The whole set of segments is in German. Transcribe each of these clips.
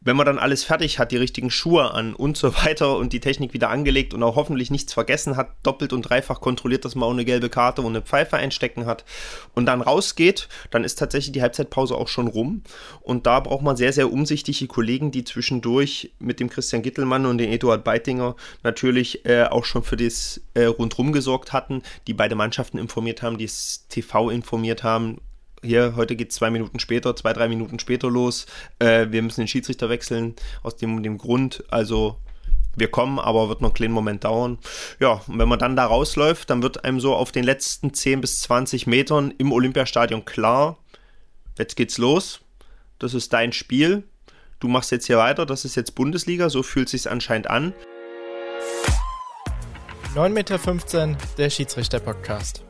wenn man dann alles fertig hat, die richtigen Schuhe an und so weiter und die Technik wieder angelegt und auch hoffentlich nichts vergessen hat, doppelt und dreifach kontrolliert, dass man auch eine gelbe Karte und eine Pfeife einstecken hat und dann rausgeht, dann ist tatsächlich die Halbzeitpause auch schon rum. Und da braucht man sehr, sehr umsichtige Kollegen, die zwischendurch mit dem Christian Gittelmann und dem Eduard Beitinger natürlich auch schon für das Rundrum gesorgt hatten, die beide Mannschaften informiert haben, die das TV informiert haben. Hier, heute geht es 3 Minuten später los. Wir müssen den Schiedsrichter wechseln, aus dem Grund. Also, wir kommen, aber wird noch einen kleinen Moment dauern. Ja, und wenn man dann da rausläuft, dann wird einem so auf den letzten 10 bis 20 Metern im Olympiastadion klar, jetzt geht's los. Das ist dein Spiel. Du machst jetzt hier weiter. Das ist jetzt Bundesliga. So fühlt es sich anscheinend an. 9,15 Meter, der Schiedsrichter-Podcast.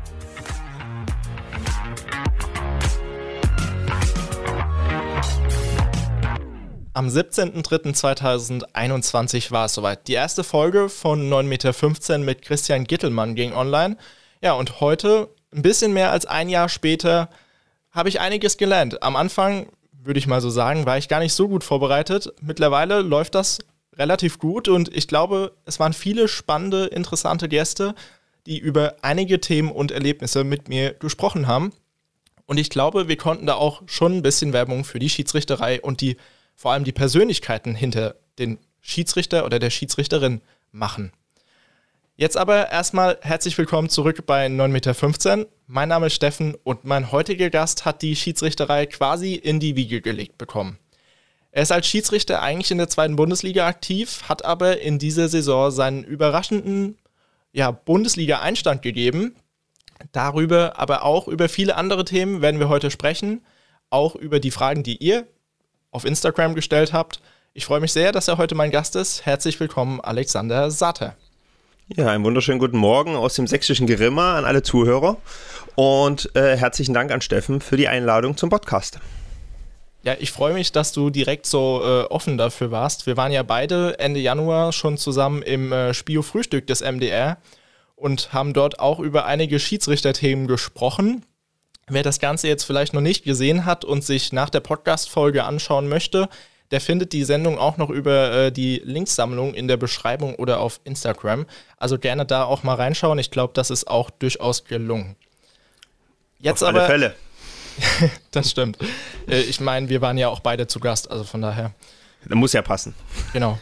Am 17.03.2021 war es soweit. Die erste Folge von 9,15 Meter mit Christian Gittelmann ging online. Ja, und heute, ein bisschen mehr als ein Jahr später, habe ich einiges gelernt. Am Anfang, würde ich mal so sagen, war ich gar nicht so gut vorbereitet. Mittlerweile läuft das relativ gut und ich glaube, es waren viele spannende, interessante Gäste, die über einige Themen und Erlebnisse mit mir gesprochen haben. Und ich glaube, wir konnten da auch schon ein bisschen Werbung für die Schiedsrichterei und vor allem die Persönlichkeiten hinter den Schiedsrichter oder der Schiedsrichterin machen. Jetzt aber erstmal herzlich willkommen zurück bei 9,15 Meter. Mein Name ist Steffen und mein heutiger Gast hat die Schiedsrichterei quasi in die Wiege gelegt bekommen. Er ist als Schiedsrichter eigentlich in der 2. Bundesliga aktiv, hat aber in dieser Saison seinen überraschenden Bundesliga-Einstand gegeben. Darüber, aber auch über viele andere Themen werden wir heute sprechen. Auch über die Fragen, die ihr auf Instagram gestellt habt. Ich freue mich sehr, dass er heute mein Gast ist. Herzlich willkommen, Alexander Sater. Ja, einen wunderschönen guten Morgen aus dem sächsischen Grimma an alle Zuhörer und herzlichen Dank an Steffen für die Einladung zum Podcast. Ja, ich freue mich, dass du direkt so offen dafür warst. Wir waren ja beide Ende Januar schon zusammen im Spio-Frühstück des MDR und haben dort auch über einige Schiedsrichterthemen gesprochen. Wer das Ganze jetzt vielleicht noch nicht gesehen hat und sich nach der Podcast-Folge anschauen möchte, der findet die Sendung auch noch über die Linksammlung in der Beschreibung oder auf Instagram. Also gerne da auch mal reinschauen. Ich glaube, das ist auch durchaus gelungen. Jetzt auf alle Fälle. Das stimmt. Ich meine, wir waren ja auch beide zu Gast, also von daher. Das muss ja passen. Genau.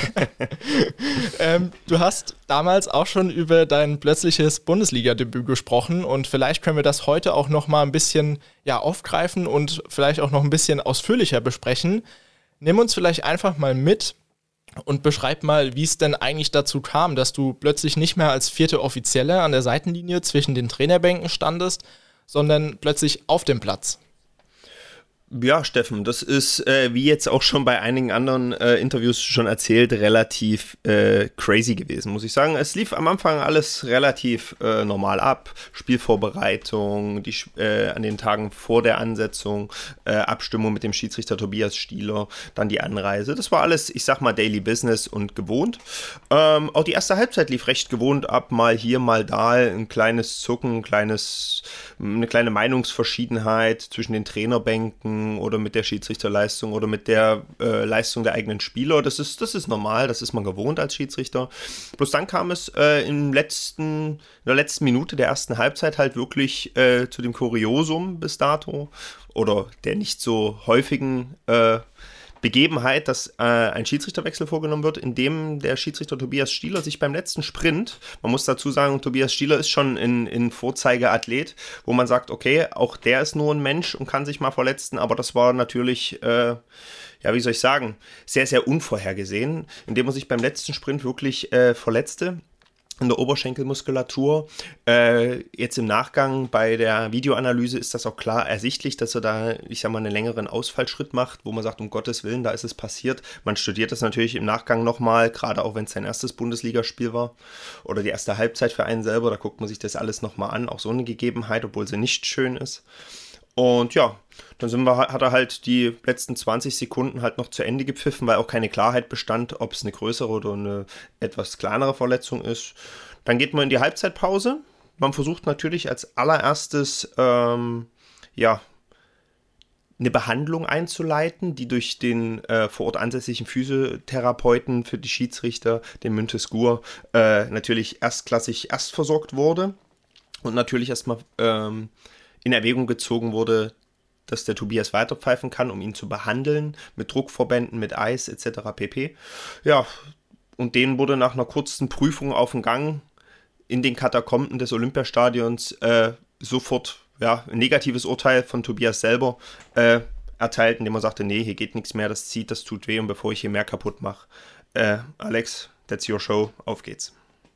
Du hast damals auch schon über dein plötzliches Bundesliga-Debüt gesprochen und vielleicht können wir das heute auch noch mal ein bisschen aufgreifen und vielleicht auch noch ein bisschen ausführlicher besprechen. Nimm uns vielleicht einfach mal mit und beschreib mal, wie es denn eigentlich dazu kam, dass du plötzlich nicht mehr als 4. Offizielle an der Seitenlinie zwischen den Trainerbänken standest, sondern plötzlich auf dem Platz. Ja, Steffen, das ist, wie jetzt auch schon bei einigen anderen Interviews schon erzählt, relativ crazy gewesen, muss ich sagen. Es lief am Anfang alles relativ normal ab. Spielvorbereitung, an den Tagen vor der Ansetzung, Abstimmung mit dem Schiedsrichter Tobias Stieler, dann die Anreise. Das war alles, ich sag mal, Daily Business und gewohnt. Auch die erste Halbzeit lief recht gewohnt ab, mal hier, mal da, ein kleines Zucken, eine kleine Meinungsverschiedenheit zwischen den Trainerbänken oder mit der Schiedsrichterleistung oder mit der Leistung der eigenen Spieler. Das ist normal, das ist man gewohnt als Schiedsrichter. Bloß dann kam es in der letzten Minute der ersten Halbzeit halt wirklich zu dem Kuriosum bis dato oder der nicht so häufigen Begebenheit, dass ein Schiedsrichterwechsel vorgenommen wird, in dem der Schiedsrichter Tobias Stieler sich beim letzten Sprint, man muss dazu sagen, Tobias Stieler ist schon in Vorzeigeathlet, wo man sagt, okay, auch der ist nur ein Mensch und kann sich mal verletzen, aber das war natürlich, wie soll ich sagen, sehr, sehr unvorhergesehen, indem er sich beim letzten Sprint wirklich verletzte. In der Oberschenkelmuskulatur. Jetzt im Nachgang bei der Videoanalyse ist das auch klar ersichtlich, dass er da, ich sag mal, einen längeren Ausfallschritt macht, wo man sagt, um Gottes Willen, da ist es passiert. Man studiert das natürlich im Nachgang nochmal, gerade auch wenn es sein erstes Bundesligaspiel war oder die erste Halbzeit für einen selber, da guckt man sich das alles nochmal an, auch so eine Gegebenheit, obwohl sie nicht schön ist. Und ja, dann hat er halt die letzten 20 Sekunden halt noch zu Ende gepfiffen, weil auch keine Klarheit bestand, ob es eine größere oder eine etwas kleinere Verletzung ist. Dann geht man in die Halbzeitpause. Man versucht natürlich als allererstes, eine eine Behandlung einzuleiten, die durch den vor Ort ansässigen Physiotherapeuten für die Schiedsrichter, den Montesquieu, natürlich erstklassig versorgt wurde und natürlich erstmal in Erwägung gezogen wurde, dass der Tobias weiterpfeifen kann, um ihn zu behandeln, mit Druckverbänden, mit Eis etc. pp. Ja, und denen wurde nach einer kurzen Prüfung auf dem Gang in den Katakomben des Olympiastadions sofort ein negatives Urteil von Tobias selber erteilt, indem er sagte, nee, hier geht nichts mehr, das zieht, das tut weh und bevor ich hier mehr kaputt mache, Alex, that's your show, auf geht's.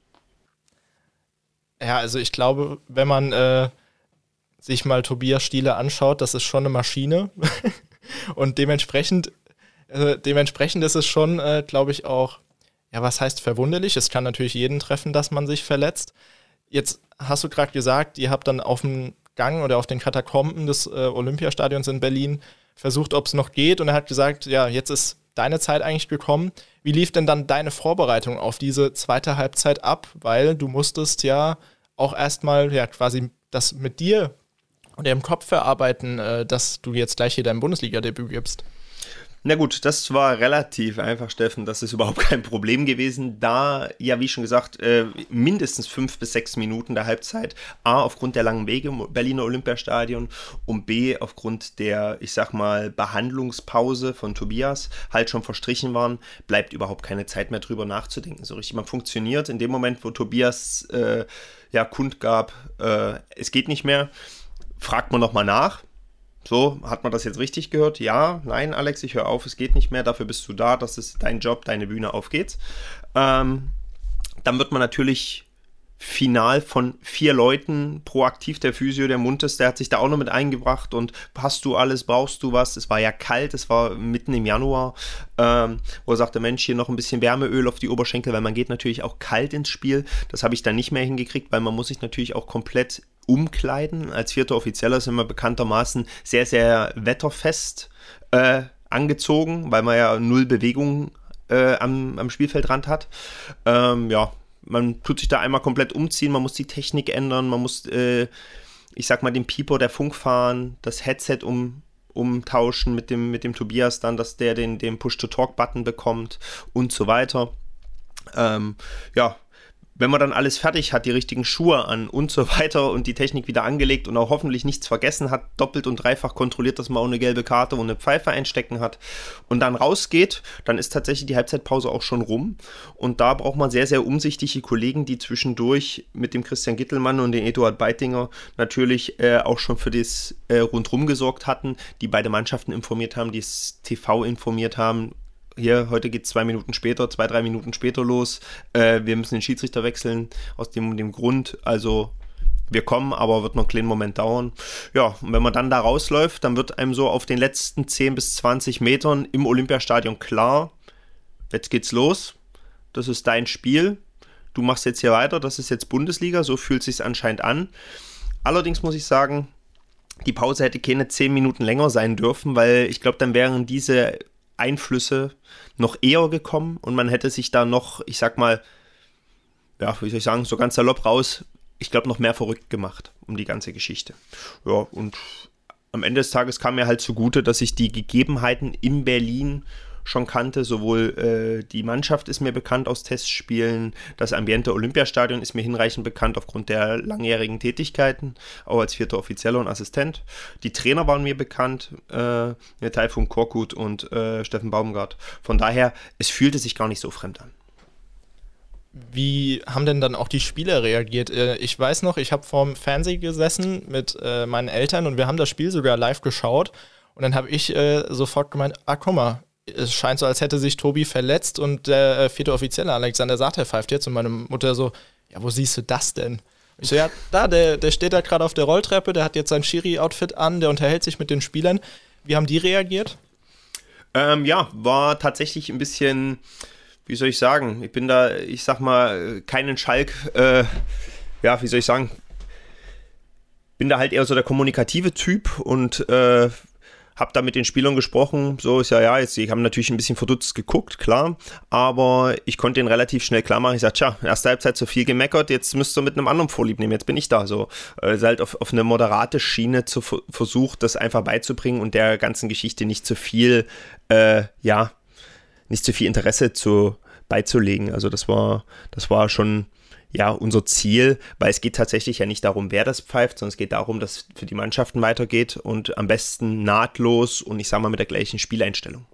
Ja, also ich glaube, wenn man sich mal Tobias Stiele anschaut, das ist schon eine Maschine und dementsprechend ist es schon, glaube ich, auch, ja, was heißt verwunderlich? Es kann natürlich jeden treffen, dass man sich verletzt. Jetzt hast du gerade gesagt, ihr habt dann auf dem Gang oder auf den Katakomben des Olympiastadions in Berlin versucht, ob es noch geht und er hat gesagt, ja, jetzt ist deine Zeit eigentlich gekommen. Wie lief denn dann deine Vorbereitung auf diese zweite Halbzeit ab? Weil du musstest ja auch erstmal quasi das mit dir und im Kopf verarbeiten, dass du jetzt gleich hier dein Bundesliga-Debüt gibst. Na gut, das war relativ einfach, Steffen. Das ist überhaupt kein Problem gewesen, da, ja, wie schon gesagt, mindestens 5 bis 6 Minuten der Halbzeit A, aufgrund der langen Wege im Berliner Olympiastadion und B, aufgrund der, ich sag mal, Behandlungspause von Tobias halt schon verstrichen waren, bleibt überhaupt keine Zeit mehr drüber nachzudenken. So richtig, man funktioniert in dem Moment, wo Tobias kundgab, es geht nicht mehr, fragt man nochmal nach. So, hat man das jetzt richtig gehört? Ja, nein, Alex, ich höre auf, es geht nicht mehr, dafür bist du da, das ist dein Job, deine Bühne, auf geht's. Dann wird man natürlich final von 4 Leuten proaktiv, der Physio, der Muntes, der hat sich da auch noch mit eingebracht und hast du alles, brauchst du was? Es war ja kalt, es war mitten im Januar, wo er sagte, Mensch, hier noch ein bisschen Wärmeöl auf die Oberschenkel, weil man geht natürlich auch kalt ins Spiel. Das habe ich dann nicht mehr hingekriegt, weil man muss sich natürlich auch komplett umkleiden. Als 4. Offizieller sind wir bekanntermaßen sehr, sehr wetterfest angezogen, weil man ja 0 Bewegung am Spielfeldrand hat. Man tut sich da einmal komplett umziehen, man muss die Technik ändern, man muss, ich sag mal, den Pieper, der Funk fahren, das Headset umtauschen mit dem Tobias dann, dass der den Push-to-Talk-Button bekommt und so weiter. Wenn man dann alles fertig hat, die richtigen Schuhe an und so weiter und die Technik wieder angelegt und auch hoffentlich nichts vergessen hat, doppelt und dreifach kontrolliert, dass man auch eine gelbe Karte und eine Pfeife einstecken hat und dann rausgeht, dann ist tatsächlich die Halbzeitpause auch schon rum und da braucht man sehr, sehr umsichtige Kollegen, die zwischendurch mit dem Christian Gittelmann und dem Eduard Beitinger natürlich auch schon für das Rundrum gesorgt hatten, die beide Mannschaften informiert haben, die das TV informiert haben. Hier, heute geht es 3 Minuten später los. Wir müssen den Schiedsrichter wechseln, aus dem Grund. Also, wir kommen, aber wird noch einen kleinen Moment dauern. Ja, und wenn man dann da rausläuft, dann wird einem so auf den letzten 10 bis 20 Metern im Olympiastadion klar, jetzt geht's los. Das ist dein Spiel. Du machst jetzt hier weiter. Das ist jetzt Bundesliga. So fühlt es sich anscheinend an. Allerdings muss ich sagen, die Pause hätte keine 10 Minuten länger sein dürfen, weil ich glaube, dann wären diese Einflüsse noch eher gekommen und man hätte sich da noch, ich sag mal, ja, wie soll ich sagen, so ganz salopp raus, ich glaube, noch mehr verrückt gemacht um die ganze Geschichte. Ja, und am Ende des Tages kam mir halt zugute, dass ich die Gegebenheiten in Berlin schon kannte, sowohl die Mannschaft ist mir bekannt aus Testspielen, das Ambiente Olympiastadion ist mir hinreichend bekannt aufgrund der langjährigen Tätigkeiten, auch als 4. Offizieller und Assistent. Die Trainer waren mir bekannt, Taifun Korkut und Steffen Baumgart. Von daher, es fühlte sich gar nicht so fremd an. Wie haben denn dann auch die Spieler reagiert? Ich weiß noch, ich habe vorm Fernseher gesessen mit meinen Eltern und wir haben das Spiel sogar live geschaut und dann habe ich sofort gemeint, guck mal, es scheint so, als hätte sich Tobi verletzt und der 4. Offizielle Alexander Sater pfeift jetzt und meine Mutter so, ja, wo siehst du das denn? Ich so, ja, der steht da gerade auf der Rolltreppe, der hat jetzt sein Schiri-Outfit an, der unterhält sich mit den Spielern. Wie haben die reagiert? War tatsächlich ein bisschen, wie soll ich sagen, ich bin da, ich sag mal, keinen Schalk, wie soll ich sagen, bin da halt eher so der kommunikative Typ und Hab da mit den Spielern gesprochen, so ist ja, jetzt, die haben natürlich ein bisschen verdutzt geguckt, klar, aber ich konnte ihnen relativ schnell klar machen, ich sag, tja, erste Halbzeit so viel gemeckert, jetzt müsst ihr mit einem anderen Vorlieb nehmen, jetzt bin ich da, so. Ist halt auf eine moderate Schiene versucht, das einfach beizubringen und der ganzen Geschichte nicht zu viel, nicht zu viel Interesse beizulegen, also das war schon unser Ziel, weil es geht tatsächlich ja nicht darum, wer das pfeift, sondern es geht darum, dass es für die Mannschaften weitergeht und am besten nahtlos und ich sag mal mit der gleichen Spieleinstellung.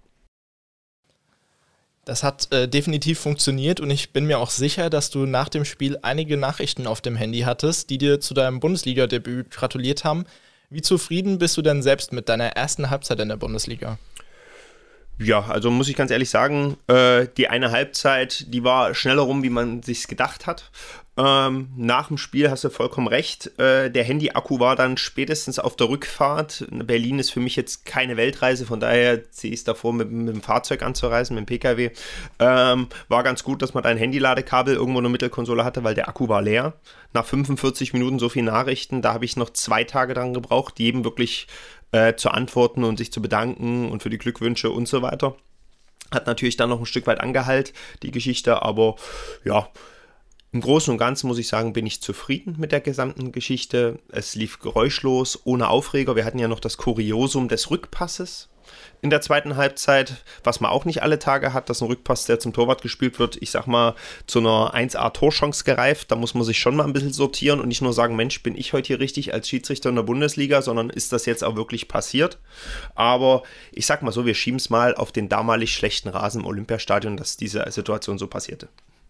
Das hat definitiv funktioniert und ich bin mir auch sicher, dass du nach dem Spiel einige Nachrichten auf dem Handy hattest, die dir zu deinem Bundesliga-Debüt gratuliert haben. Wie zufrieden bist du denn selbst mit deiner ersten Halbzeit in der Bundesliga? Ja, also muss ich ganz ehrlich sagen, die eine Halbzeit, die war schneller rum, wie man sich's gedacht hat. Nach dem Spiel hast du vollkommen recht. Der Handy-Akku war dann spätestens auf der Rückfahrt. Berlin ist für mich jetzt keine Weltreise, von daher ziehe ich es davor, mit dem Fahrzeug anzureisen, mit dem PKW. War ganz gut, dass man ein Handy-Ladekabel irgendwo in der Mittelkonsole hatte, weil der Akku war leer. Nach 45 Minuten so viele Nachrichten, da habe ich noch 2 Tage dran gebraucht, jedem wirklich zu antworten und sich zu bedanken und für die Glückwünsche und so weiter. Hat natürlich dann noch ein Stück weit angeheilt, die Geschichte, aber ja, im Großen und Ganzen muss ich sagen, bin ich zufrieden mit der gesamten Geschichte. Es lief geräuschlos, ohne Aufreger. Wir hatten ja noch das Kuriosum des Rückpasses in der zweiten Halbzeit, was man auch nicht alle Tage hat, dass ein Rückpass, der zum Torwart gespielt wird, ich sag mal, zu einer 1A-Torchance gereift. Da muss man sich schon mal ein bisschen sortieren und nicht nur sagen, Mensch, bin ich heute hier richtig als Schiedsrichter in der Bundesliga, sondern ist das jetzt auch wirklich passiert? Aber ich sag mal so, wir schieben es mal auf den damalig schlechten Rasen im Olympiastadion, dass diese Situation so passierte.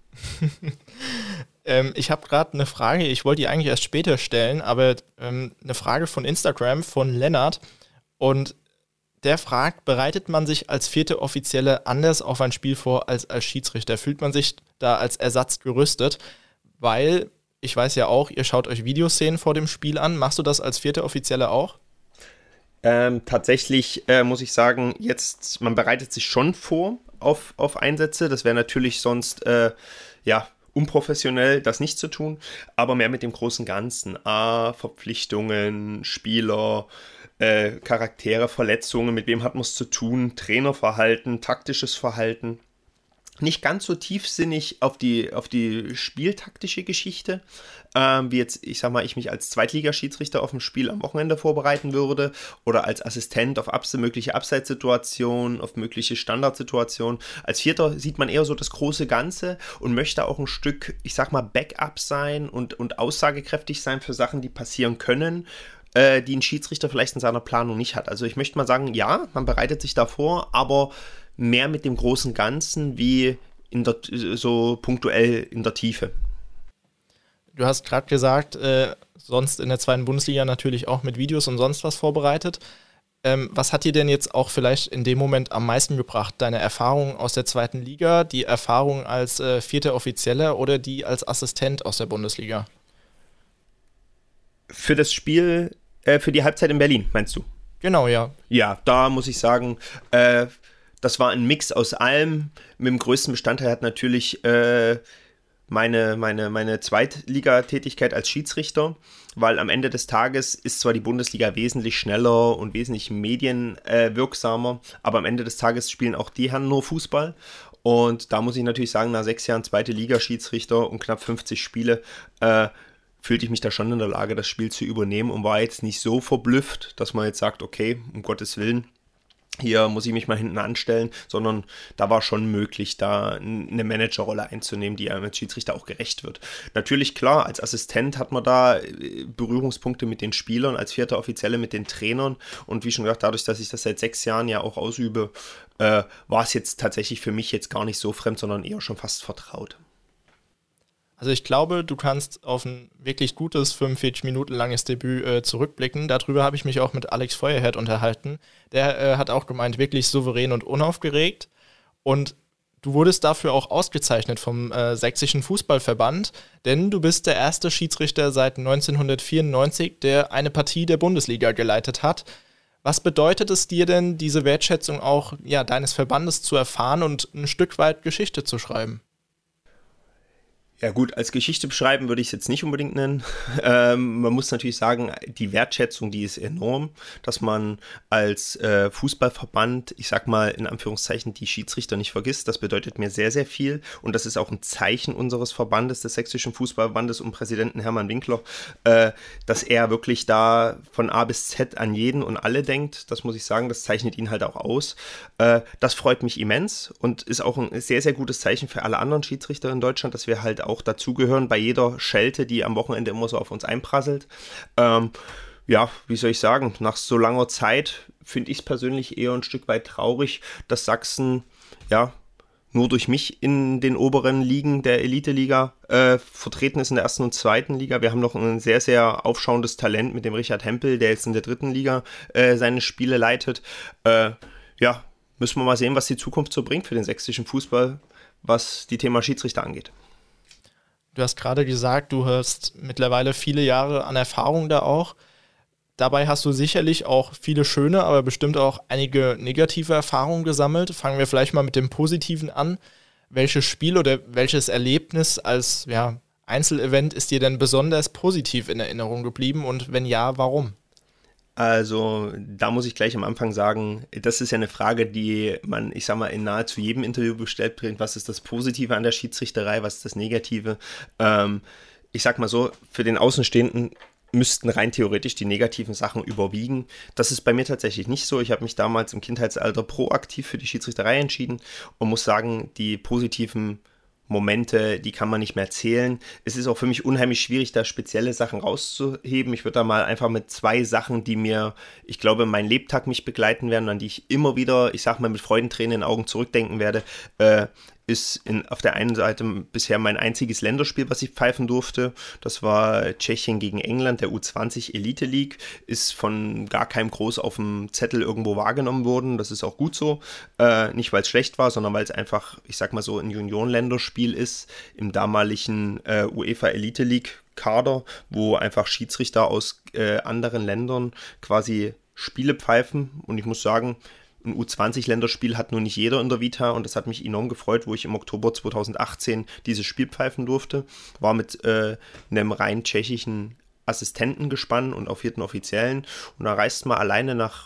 Ich habe gerade eine Frage, ich wollte die eigentlich erst später stellen, aber eine Frage von Instagram von Lennart und der fragt, bereitet man sich als vierte Offizielle anders auf ein Spiel vor als Schiedsrichter? Fühlt man sich da als Ersatz gerüstet? Weil, ich weiß ja auch, ihr schaut euch Videoszenen vor dem Spiel an. Machst du das als vierte Offizielle auch? Tatsächlich muss ich sagen, man bereitet sich schon vor auf Einsätze. Das wäre natürlich sonst, unprofessionell, das nicht zu tun, aber mehr mit dem großen Ganzen. Verpflichtungen, Spieler, Charaktere, Verletzungen, mit wem hat man es zu tun, Trainerverhalten, taktisches Verhalten. Nicht ganz so tiefsinnig auf die spieltaktische Geschichte, wie jetzt, ich sag mal, ich mich als Zweitligaschiedsrichter auf ein Spiel am Wochenende vorbereiten würde oder als Assistent auf mögliche Abseitssituationen, auf mögliche Standardsituationen. Als Vierter sieht man eher so das große Ganze und möchte auch ein Stück, ich sag mal, Backup sein und aussagekräftig sein für Sachen, die passieren können, die ein Schiedsrichter vielleicht in seiner Planung nicht hat. Also ich möchte mal sagen, ja, man bereitet sich davor, aber mehr mit dem großen Ganzen wie so punktuell in der Tiefe. Du hast gerade gesagt, sonst in der zweiten Bundesliga natürlich auch mit Videos und sonst was vorbereitet. Was hat dir denn jetzt auch vielleicht in dem Moment am meisten gebracht? Deine Erfahrung aus der zweiten Liga, die Erfahrung als vierter Offizieller oder die als Assistent aus der Bundesliga? Für das Spiel, für die Halbzeit in Berlin, meinst du? Genau, ja. Ja, da muss ich sagen, das war ein Mix aus allem. Mit dem größten Bestandteil hat natürlich meine Zweitligatätigkeit als Schiedsrichter, weil am Ende des Tages ist zwar die Bundesliga wesentlich schneller und wesentlich medienwirksamer, aber am Ende des Tages spielen auch die Herren nur Fußball. Und da muss ich natürlich sagen, nach 6 Jahren zweite Liga-Schiedsrichter und knapp 50 Spiele, fühlte ich mich da schon in der Lage, das Spiel zu übernehmen und war jetzt nicht so verblüfft, dass man jetzt sagt, okay, um Gottes Willen, hier muss ich mich mal hinten anstellen, sondern da war schon möglich, da eine Managerrolle einzunehmen, die einem als Schiedsrichter auch gerecht wird. Natürlich, klar, als Assistent hat man da Berührungspunkte mit den Spielern, als vierter Offizielle mit den Trainern und wie schon gesagt, dadurch, dass ich das seit 6 Jahren ja auch ausübe, war es jetzt tatsächlich für mich jetzt gar nicht so fremd, sondern eher schon fast vertraut. Also ich glaube, du kannst auf ein wirklich gutes 45 Minuten langes Debüt zurückblicken. Darüber habe ich mich auch mit Alex Feuerherd unterhalten. Der hat auch gemeint, wirklich souverän und unaufgeregt. Und du wurdest dafür auch ausgezeichnet vom Sächsischen Fußballverband, denn du bist der erste Schiedsrichter seit 1994, der eine Partie der Bundesliga geleitet hat. Was bedeutet es dir denn, diese Wertschätzung auch deines Verbandes zu erfahren und ein Stück weit Geschichte zu schreiben? Ja gut, als Geschichte beschreiben würde ich es jetzt nicht unbedingt nennen. Man muss natürlich sagen, die Wertschätzung, die ist enorm, dass man als Fußballverband, ich sag mal in Anführungszeichen, die Schiedsrichter nicht vergisst. Das bedeutet mir sehr, sehr viel und das ist auch ein Zeichen unseres Verbandes, des Sächsischen Fußballverbandes und Präsidenten Hermann Winkler, dass er wirklich da von A bis Z an jeden und alle denkt. Das muss ich sagen, das zeichnet ihn halt auch aus. Das freut mich immens und ist auch ein sehr, sehr gutes Zeichen für alle anderen Schiedsrichter in Deutschland, dass wir halt auch dazugehören bei jeder Schelte, die am Wochenende immer so auf uns einprasselt. Ja, wie soll ich sagen, nach so langer Zeit finde ich es persönlich eher ein Stück weit traurig, dass Sachsen, ja, nur durch mich in den oberen Ligen der Elite-Liga vertreten ist in der ersten und zweiten Liga. Wir haben noch ein sehr, sehr aufschauendes Talent mit dem Richard Hempel, der jetzt in der dritten Liga seine Spiele leitet. Ja, müssen wir mal sehen, was die Zukunft so bringt für den sächsischen Fußball, was die Thema Schiedsrichter angeht. Du hast gerade gesagt, du hast mittlerweile viele Jahre an Erfahrung da auch. Dabei hast du sicherlich auch viele schöne, aber bestimmt auch einige negative Erfahrungen gesammelt. Fangen wir vielleicht mal mit dem Positiven an. Welches Spiel oder welches Erlebnis als Einzelevent ist dir denn besonders positiv in Erinnerung geblieben und wenn ja, warum? Also, da muss ich gleich am Anfang sagen, das ist ja eine Frage, die man, ich sag mal, in nahezu jedem Interview gestellt bringt. Was ist das Positive an der Schiedsrichterei, was ist das Negative? Ich sag mal so, für den Außenstehenden müssten rein theoretisch die negativen Sachen überwiegen. Das ist bei mir tatsächlich nicht so. Ich habe mich damals im Kindheitsalter proaktiv für die Schiedsrichterei entschieden und muss sagen, die positiven Momente, die kann man nicht mehr zählen. Es ist auch für mich unheimlich schwierig, da spezielle Sachen rauszuheben. Ich würde da mal einfach mit 2 Sachen, die mir, ich glaube, mein Lebtag mich begleiten werden, an die ich immer wieder, ich sag mal, mit Freudentränen in den Augen zurückdenken werde, ist auf der einen Seite bisher mein einziges Länderspiel, was ich pfeifen durfte. Das war Tschechien gegen England, der U20 Elite League. Ist von gar keinem groß auf dem Zettel irgendwo wahrgenommen worden. Das ist auch gut so. Nicht, weil es schlecht war, sondern weil es einfach, ich sag mal so, ein Juniorenländerspiel ist im damaligen UEFA Elite League Kader, wo einfach Schiedsrichter aus anderen Ländern quasi Spiele pfeifen. Und ich muss sagen, ein U20-Länderspiel hat nur nicht jeder in der Vita und das hat mich enorm gefreut, wo ich im Oktober 2018 dieses Spiel pfeifen durfte. War mit einem rein tschechischen Assistentengespann und auf 4. Offiziellen und da reist man alleine nach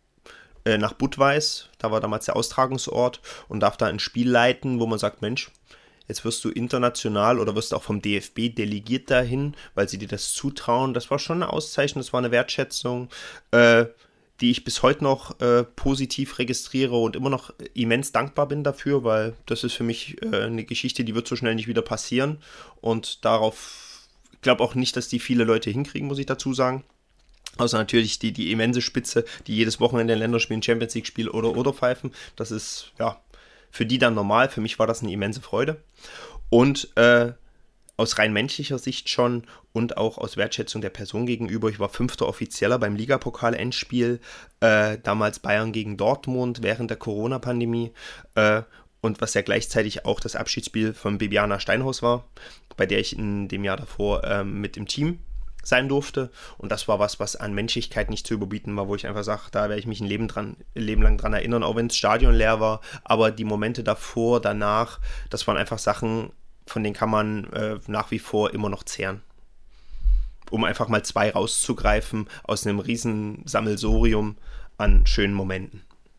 Budweis, da war damals der Austragungsort und darf da ein Spiel leiten, wo man sagt, Mensch, jetzt wirst du international oder wirst auch vom DFB delegiert dahin, weil sie dir das zutrauen. Das war schon eine Auszeichnung, das war eine Wertschätzung, die ich bis heute noch positiv registriere und immer noch immens dankbar bin dafür, weil das ist für mich eine Geschichte, die wird so schnell nicht wieder passieren und darauf, ich glaube auch nicht, dass die viele Leute hinkriegen, muss ich dazu sagen. Außer natürlich die immense Spitze, die jedes Wochenende in Länderspielen, Champions League Spiel oder pfeifen. Das ist ja für die dann normal, für mich war das eine immense Freude. Und aus rein menschlicher Sicht schon und auch aus Wertschätzung der Person gegenüber. Ich war 5. Offizieller beim Ligapokal-Endspiel, damals Bayern gegen Dortmund während der Corona-Pandemie und was ja gleichzeitig auch das Abschiedsspiel von Bibiana Steinhaus war, bei der ich in dem Jahr davor mit im Team sein durfte und das war was an Menschlichkeit nicht zu überbieten war, wo ich einfach sage, da werde ich mich ein Leben lang dran erinnern, auch wenn das Stadion leer war, aber die Momente davor, danach, das waren einfach Sachen, von denen kann man nach wie vor immer noch zehren. Um einfach mal 2 rauszugreifen aus einem riesen Sammelsurium an schönen Momenten.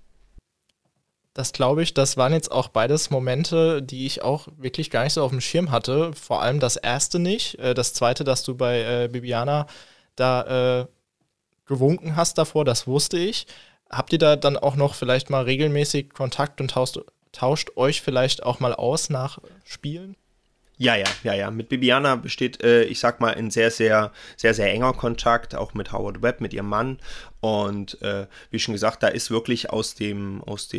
Das glaube ich, das waren jetzt auch beides Momente, die ich auch wirklich gar nicht so auf dem Schirm hatte. Vor allem das erste nicht. Das zweite, dass du bei Bibiana da gewunken hast davor, das wusste ich. Habt ihr da dann auch noch vielleicht mal regelmäßig Kontakt und tauscht euch vielleicht auch mal aus nach Spielen? Ja. Mit Bibiana besteht, ich sag mal, ein sehr, sehr, sehr, sehr enger Kontakt, auch mit Howard Webb, mit ihrem Mann. Und wie schon gesagt, da ist wirklich aus dem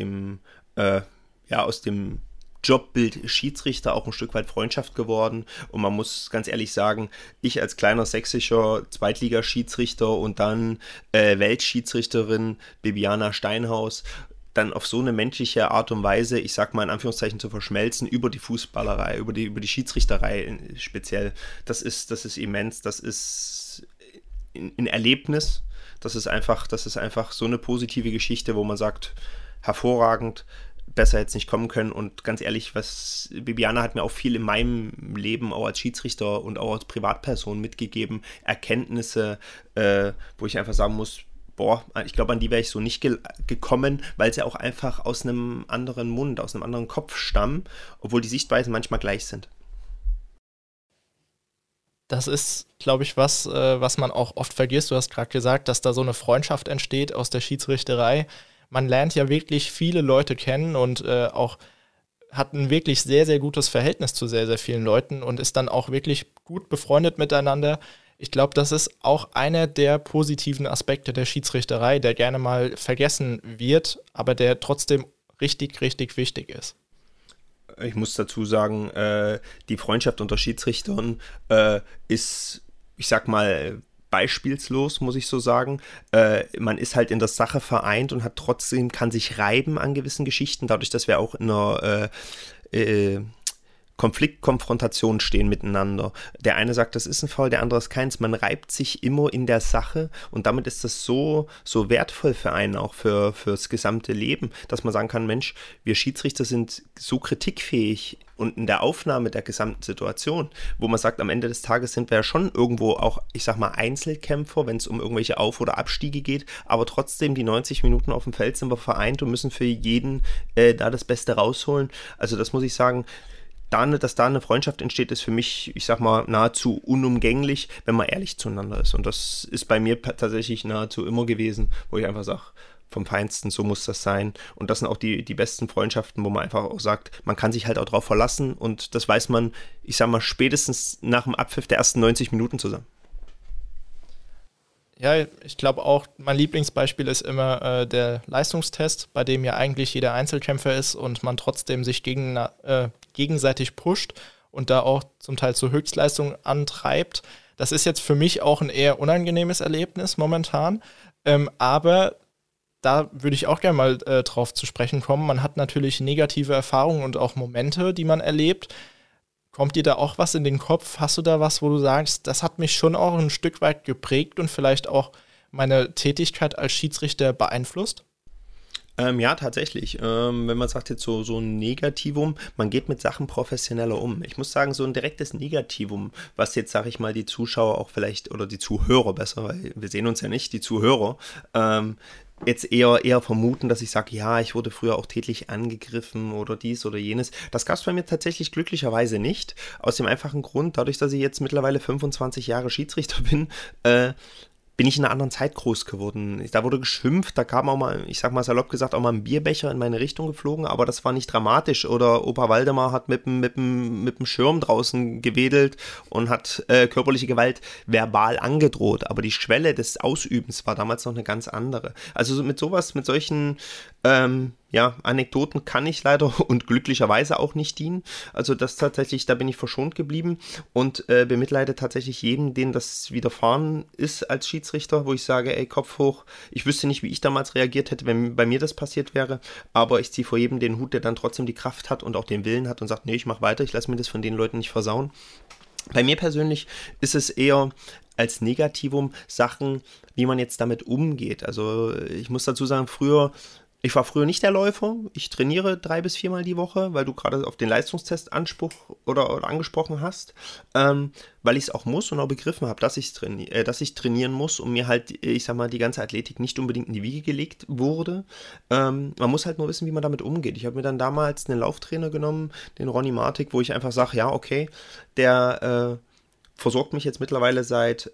Jobbild Schiedsrichter auch ein Stück weit Freundschaft geworden. Und man muss ganz ehrlich sagen, ich als kleiner sächsischer Zweitligaschiedsrichter und dann Weltschiedsrichterin Bibiana Steinhaus, dann auf so eine menschliche Art und Weise, ich sag mal in Anführungszeichen, zu verschmelzen über die Fußballerei, über die Schiedsrichterei speziell, das ist immens, das ist ein Erlebnis, das ist einfach so eine positive Geschichte, wo man sagt, hervorragend, besser jetzt nicht kommen können. Und ganz ehrlich, Bibiana hat mir auch viel in meinem Leben, auch als Schiedsrichter und auch als Privatperson mitgegeben, Erkenntnisse, wo ich einfach sagen muss, ich glaube, an die wäre ich so nicht gekommen, weil sie auch einfach aus einem anderen Mund, aus einem anderen Kopf stammen, obwohl die Sichtweisen manchmal gleich sind. Das ist, glaube ich, was man auch oft vergisst. Du hast gerade gesagt, dass da so eine Freundschaft entsteht aus der Schiedsrichterei. Man lernt ja wirklich viele Leute kennen und auch hat ein wirklich sehr, sehr gutes Verhältnis zu sehr, sehr vielen Leuten und ist dann auch wirklich gut befreundet miteinander. Ich glaube, das ist auch einer der positiven Aspekte der Schiedsrichterei, der gerne mal vergessen wird, aber der trotzdem richtig, richtig wichtig ist. Ich muss dazu sagen, die Freundschaft unter Schiedsrichtern ist, ich sag mal, beispielslos, muss ich so sagen. Man ist halt in der Sache vereint und kann sich reiben an gewissen Geschichten, dadurch, dass wir auch in einer Konfliktkonfrontationen stehen miteinander. Der eine sagt, das ist ein Foul, der andere ist keins. Man reibt sich immer in der Sache und damit ist das so wertvoll für einen, auch fürs gesamte Leben, dass man sagen kann, Mensch, wir Schiedsrichter sind so kritikfähig und in der Aufnahme der gesamten Situation, wo man sagt, am Ende des Tages sind wir ja schon irgendwo auch, ich sag mal, Einzelkämpfer, wenn es um irgendwelche Auf- oder Abstiege geht, aber trotzdem die 90 Minuten auf dem Feld sind wir vereint und müssen für jeden da das Beste rausholen. Also das muss ich sagen, dass da eine Freundschaft entsteht, ist für mich, ich sag mal, nahezu unumgänglich, wenn man ehrlich zueinander ist. Und das ist bei mir tatsächlich nahezu immer gewesen, wo ich einfach sage, vom Feinsten, so muss das sein. Und das sind auch die besten Freundschaften, wo man einfach auch sagt, man kann sich halt auch drauf verlassen und das weiß man, ich sag mal, spätestens nach dem Abpfiff der ersten 90 Minuten zusammen. Ja, ich glaube auch, mein Lieblingsbeispiel ist immer der Leistungstest, bei dem ja eigentlich jeder Einzelkämpfer ist und man trotzdem sich gegenseitig pusht und da auch zum Teil zur Höchstleistung antreibt. Das ist jetzt für mich auch ein eher unangenehmes Erlebnis momentan, aber da würde ich auch gerne mal drauf zu sprechen kommen. Man hat natürlich negative Erfahrungen und auch Momente, die man erlebt. Kommt dir da auch was in den Kopf? Hast du da was, wo du sagst, das hat mich schon auch ein Stück weit geprägt und vielleicht auch meine Tätigkeit als Schiedsrichter beeinflusst? Ja, tatsächlich. Wenn man sagt jetzt so ein Negativum, man geht mit Sachen professioneller um. Ich muss sagen, so ein direktes Negativum, was jetzt, sag ich mal, die Zuschauer auch vielleicht, oder die Zuhörer besser, weil wir sehen uns ja nicht, die Zuhörer, jetzt eher vermuten, dass ich sage, ja, ich wurde früher auch tätlich angegriffen oder dies oder jenes. Das gab es bei mir tatsächlich glücklicherweise nicht. Aus dem einfachen Grund, dadurch, dass ich jetzt mittlerweile 25 Jahre Schiedsrichter bin, bin ich in einer anderen Zeit groß geworden. Da wurde geschimpft, da kam auch mal, ich sag mal salopp gesagt, auch mal ein Bierbecher in meine Richtung geflogen, aber das war nicht dramatisch. Oder Opa Waldemar hat mit dem Schirm draußen gewedelt und hat körperliche Gewalt verbal angedroht. Aber die Schwelle des Ausübens war damals noch eine ganz andere. Also mit solchen Anekdoten kann ich leider und glücklicherweise auch nicht dienen. Also das tatsächlich, da bin ich verschont geblieben und bemitleide tatsächlich jeden, dem das widerfahren ist als Schiedsrichter, wo ich sage, ey, Kopf hoch. Ich wüsste nicht, wie ich damals reagiert hätte, wenn bei mir das passiert wäre, aber ich ziehe vor jedem den Hut, der dann trotzdem die Kraft hat und auch den Willen hat und sagt, nee, ich mach weiter, ich lasse mir das von den Leuten nicht versauen. Bei mir persönlich ist es eher als Negativum Sachen, wie man jetzt damit umgeht. Also ich muss dazu sagen, ich war früher nicht der Läufer. Ich trainiere 3 bis 4 Mal die Woche, weil du gerade auf den Leistungstest oder angesprochen hast, weil ich es auch muss und auch begriffen habe, dass ich trainieren muss und mir halt, ich sag mal, die ganze Athletik nicht unbedingt in die Wiege gelegt wurde. Man muss halt nur wissen, wie man damit umgeht. Ich habe mir dann damals einen Lauftrainer genommen, den Ronny Martik, wo ich einfach sage, ja, okay, der versorgt mich jetzt mittlerweile seit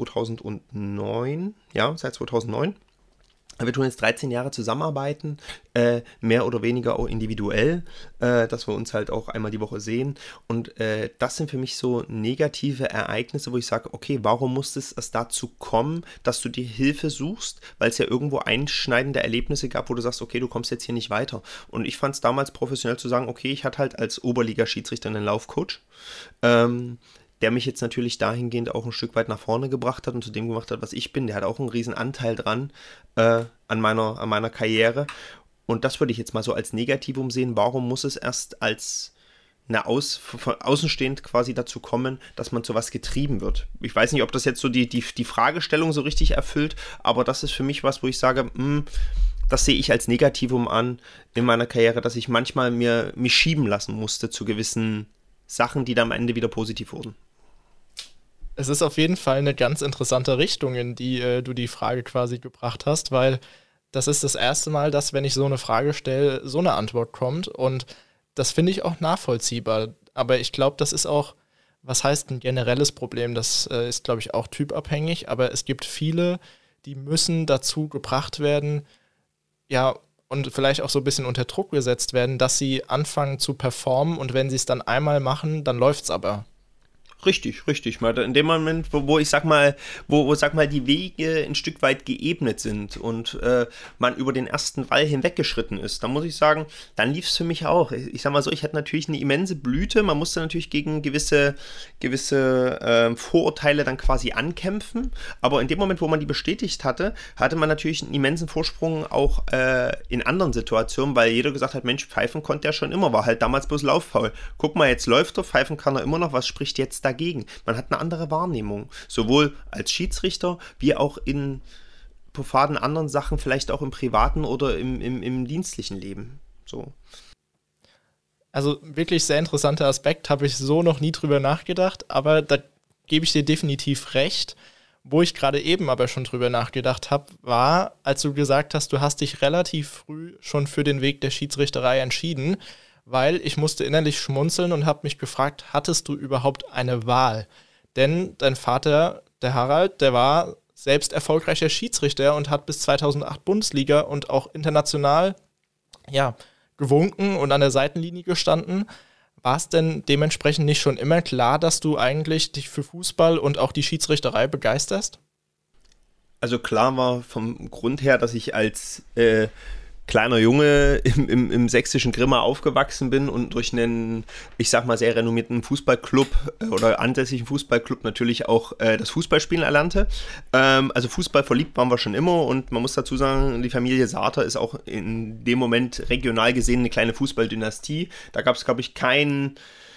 2009. Ja, seit 2009. Wir tun jetzt 13 Jahre zusammenarbeiten, mehr oder weniger auch individuell, dass wir uns halt auch einmal die Woche sehen. Und das sind für mich so negative Ereignisse, wo ich sage, okay, warum muss es erst dazu kommen, dass du dir Hilfe suchst, weil es ja irgendwo einschneidende Erlebnisse gab, wo du sagst, okay, du kommst jetzt hier nicht weiter. Und ich fand es damals professionell zu sagen, okay, ich hatte halt als Oberliga-Schiedsrichter einen Laufcoach, der mich jetzt natürlich dahingehend auch ein Stück weit nach vorne gebracht hat und zu dem gemacht hat, was ich bin. Der hat auch einen riesen Anteil dran an meiner Karriere. Und das würde ich jetzt mal so als Negativum sehen. Warum muss es erst als von außenstehend quasi dazu kommen, dass man zu was getrieben wird? Ich weiß nicht, ob das jetzt so die Fragestellung so richtig erfüllt, aber das ist für mich was, wo ich sage, das sehe ich als Negativum an in meiner Karriere, dass ich manchmal mich schieben lassen musste zu gewissen Sachen, die dann am Ende wieder positiv wurden. Es ist auf jeden Fall eine ganz interessante Richtung, in die du die Frage quasi gebracht hast, weil das ist das erste Mal, dass, wenn ich so eine Frage stelle, so eine Antwort kommt. Und das finde ich auch nachvollziehbar. Aber ich glaube, das ist auch, was heißt ein generelles Problem? Das ist, glaube ich, auch typabhängig. Aber es gibt viele, die müssen dazu gebracht werden, ja, und vielleicht auch so ein bisschen unter Druck gesetzt werden, dass sie anfangen zu performen. Und wenn sie es dann einmal machen, dann läuft es aber. Richtig. In dem Moment, wo ich sag mal, die Wege ein Stück weit geebnet sind und man über den ersten Wall hinweggeschritten ist, dann muss ich sagen, dann lief es für mich auch. Ich sag mal so, ich hatte natürlich eine immense Blüte, man musste natürlich gegen gewisse Vorurteile dann quasi ankämpfen, aber in dem Moment, wo man die bestätigt hatte, hatte man natürlich einen immensen Vorsprung auch in anderen Situationen, weil jeder gesagt hat, Mensch, pfeifen konnte er schon immer, war halt damals bloß lauffaul. Guck mal, jetzt läuft er, pfeifen kann er immer noch, was spricht jetzt dagegen? Man hat eine andere Wahrnehmung, sowohl als Schiedsrichter wie auch in profanen anderen Sachen, vielleicht auch im privaten oder im dienstlichen Leben. So. Also wirklich sehr interessanter Aspekt, habe ich so noch nie drüber nachgedacht, aber da gebe ich dir definitiv recht. Wo ich gerade eben aber schon drüber nachgedacht habe, war, als du gesagt hast, du hast dich relativ früh schon für den Weg der Schiedsrichterei entschieden, weil ich musste innerlich schmunzeln und habe mich gefragt, hattest du überhaupt eine Wahl? Denn dein Vater, der Harald, der war selbst erfolgreicher Schiedsrichter und hat bis 2008 Bundesliga und auch international gewunken und an der Seitenlinie gestanden. War es denn dementsprechend nicht schon immer klar, dass du eigentlich dich für Fußball und auch die Schiedsrichterei begeisterst? Also klar war vom Grund her, dass ich als kleiner Junge im sächsischen Grimma aufgewachsen bin und durch einen, ich sag mal, sehr renommierten Fußballclub oder ansässigen Fußballclub natürlich auch das Fußballspielen erlernte. Also Fußball verliebt waren wir schon immer und man muss dazu sagen, die Familie Sater ist auch in dem Moment regional gesehen eine kleine Fußballdynastie. Da gab es, glaube ich, kein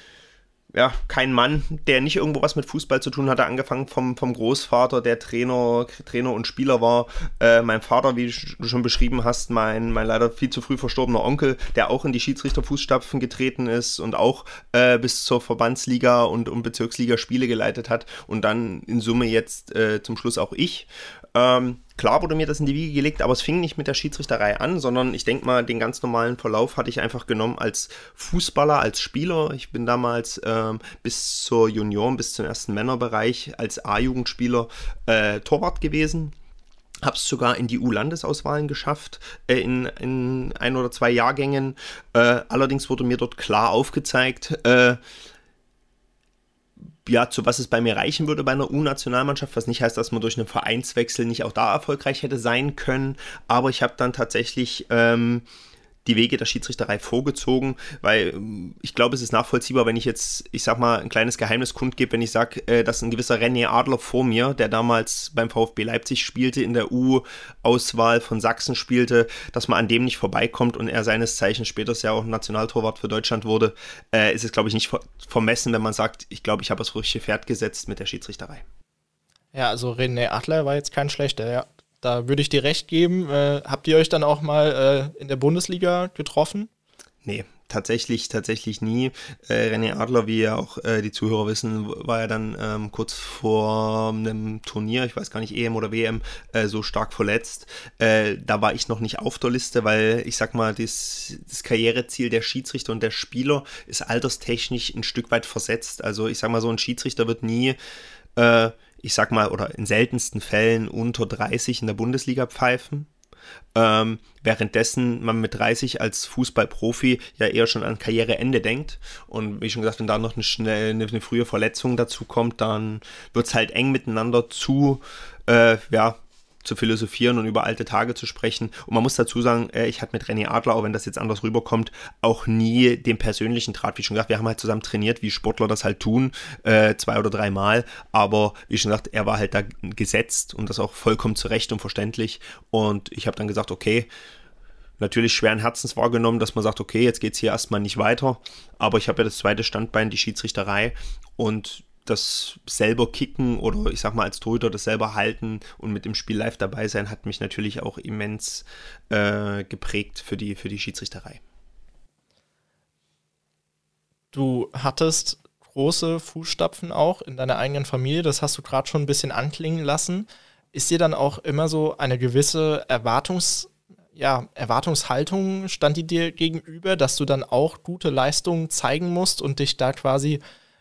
Mann, der nicht irgendwo was mit Fußball zu tun hatte, angefangen vom Großvater, der Trainer und Spieler war. Mein Vater, wie du schon beschrieben hast, mein leider viel zu früh verstorbener Onkel, der auch in die Schiedsrichterfußstapfen getreten ist und auch bis zur Verbandsliga und Bezirksliga Spiele geleitet hat und dann in Summe jetzt zum Schluss auch ich. Klar wurde mir das in die Wiege gelegt, aber es fing nicht mit der Schiedsrichterei an, sondern ich denke mal, den ganz normalen Verlauf hatte ich einfach genommen als Fußballer, als Spieler. Ich bin damals bis zur Junioren, bis zum ersten Männerbereich als A-Jugendspieler Torwart gewesen. Habe es sogar in die U-Landesauswahlen geschafft, in 1 oder 2 Jahrgängen. Allerdings wurde mir dort klar aufgezeigt, zu was es bei mir reichen würde bei einer U-Nationalmannschaft, was nicht heißt, dass man durch einen Vereinswechsel nicht auch da erfolgreich hätte sein können, aber ich habe dann tatsächlich die Wege der Schiedsrichterei vorgezogen, weil ich glaube, es ist nachvollziehbar, wenn ich jetzt, ich sag mal, ein kleines Geheimnis kundgebe, wenn ich sage, dass ein gewisser René Adler vor mir, der damals beim VfB Leipzig spielte, in der U-Auswahl von Sachsen spielte, dass man an dem nicht vorbeikommt und er seines Zeichens später ja auch Nationaltorwart für Deutschland wurde, ist es, glaube ich, nicht vermessen, wenn man sagt, ich glaube, ich habe das richtige Pferd gesetzt mit der Schiedsrichterei. Ja, also René Adler war jetzt kein schlechter, ja. Da würde ich dir recht geben. Habt ihr euch dann auch mal in der Bundesliga getroffen? Nee, tatsächlich nie. René Adler, wie ja auch die Zuhörer wissen, war ja dann kurz vor einem Turnier, ich weiß gar nicht, EM oder WM, so stark verletzt. Da war ich noch nicht auf der Liste, weil ich sag mal, das Karriereziel der Schiedsrichter und der Spieler ist alterstechnisch ein Stück weit versetzt. Also ich sag mal, so ein Schiedsrichter wird nie ich sag mal, oder in seltensten Fällen unter 30 in der Bundesliga pfeifen. Währenddessen man mit 30 als Fußballprofi ja eher schon an Karriereende denkt. Und wie schon gesagt, wenn da noch eine frühe Verletzung dazu kommt, dann wird es halt eng miteinander zu philosophieren und über alte Tage zu sprechen. Und man muss dazu sagen, ich hatte mit René Adler, auch wenn das jetzt anders rüberkommt, auch nie den persönlichen Draht. Wie schon gesagt, wir haben halt zusammen trainiert, wie Sportler das halt tun, 2 oder 3 Mal. Aber wie schon gesagt, er war halt da gesetzt und das auch vollkommen zu Recht und verständlich. Und ich habe dann gesagt, okay, natürlich schweren Herzens wahrgenommen, dass man sagt, okay, jetzt geht es hier erstmal nicht weiter. Aber ich habe ja das zweite Standbein, die Schiedsrichterei. Und das selber kicken oder ich sag mal als Torhüter das selber halten und mit dem Spiel live dabei sein, hat mich natürlich auch immens geprägt für die Schiedsrichterei. Du hattest große Fußstapfen auch in deiner eigenen Familie, das hast du gerade schon ein bisschen anklingen lassen. Ist dir dann auch immer so eine gewisse Erwartungshaltung, stand die dir gegenüber, dass du dann auch gute Leistungen zeigen musst und dich da quasi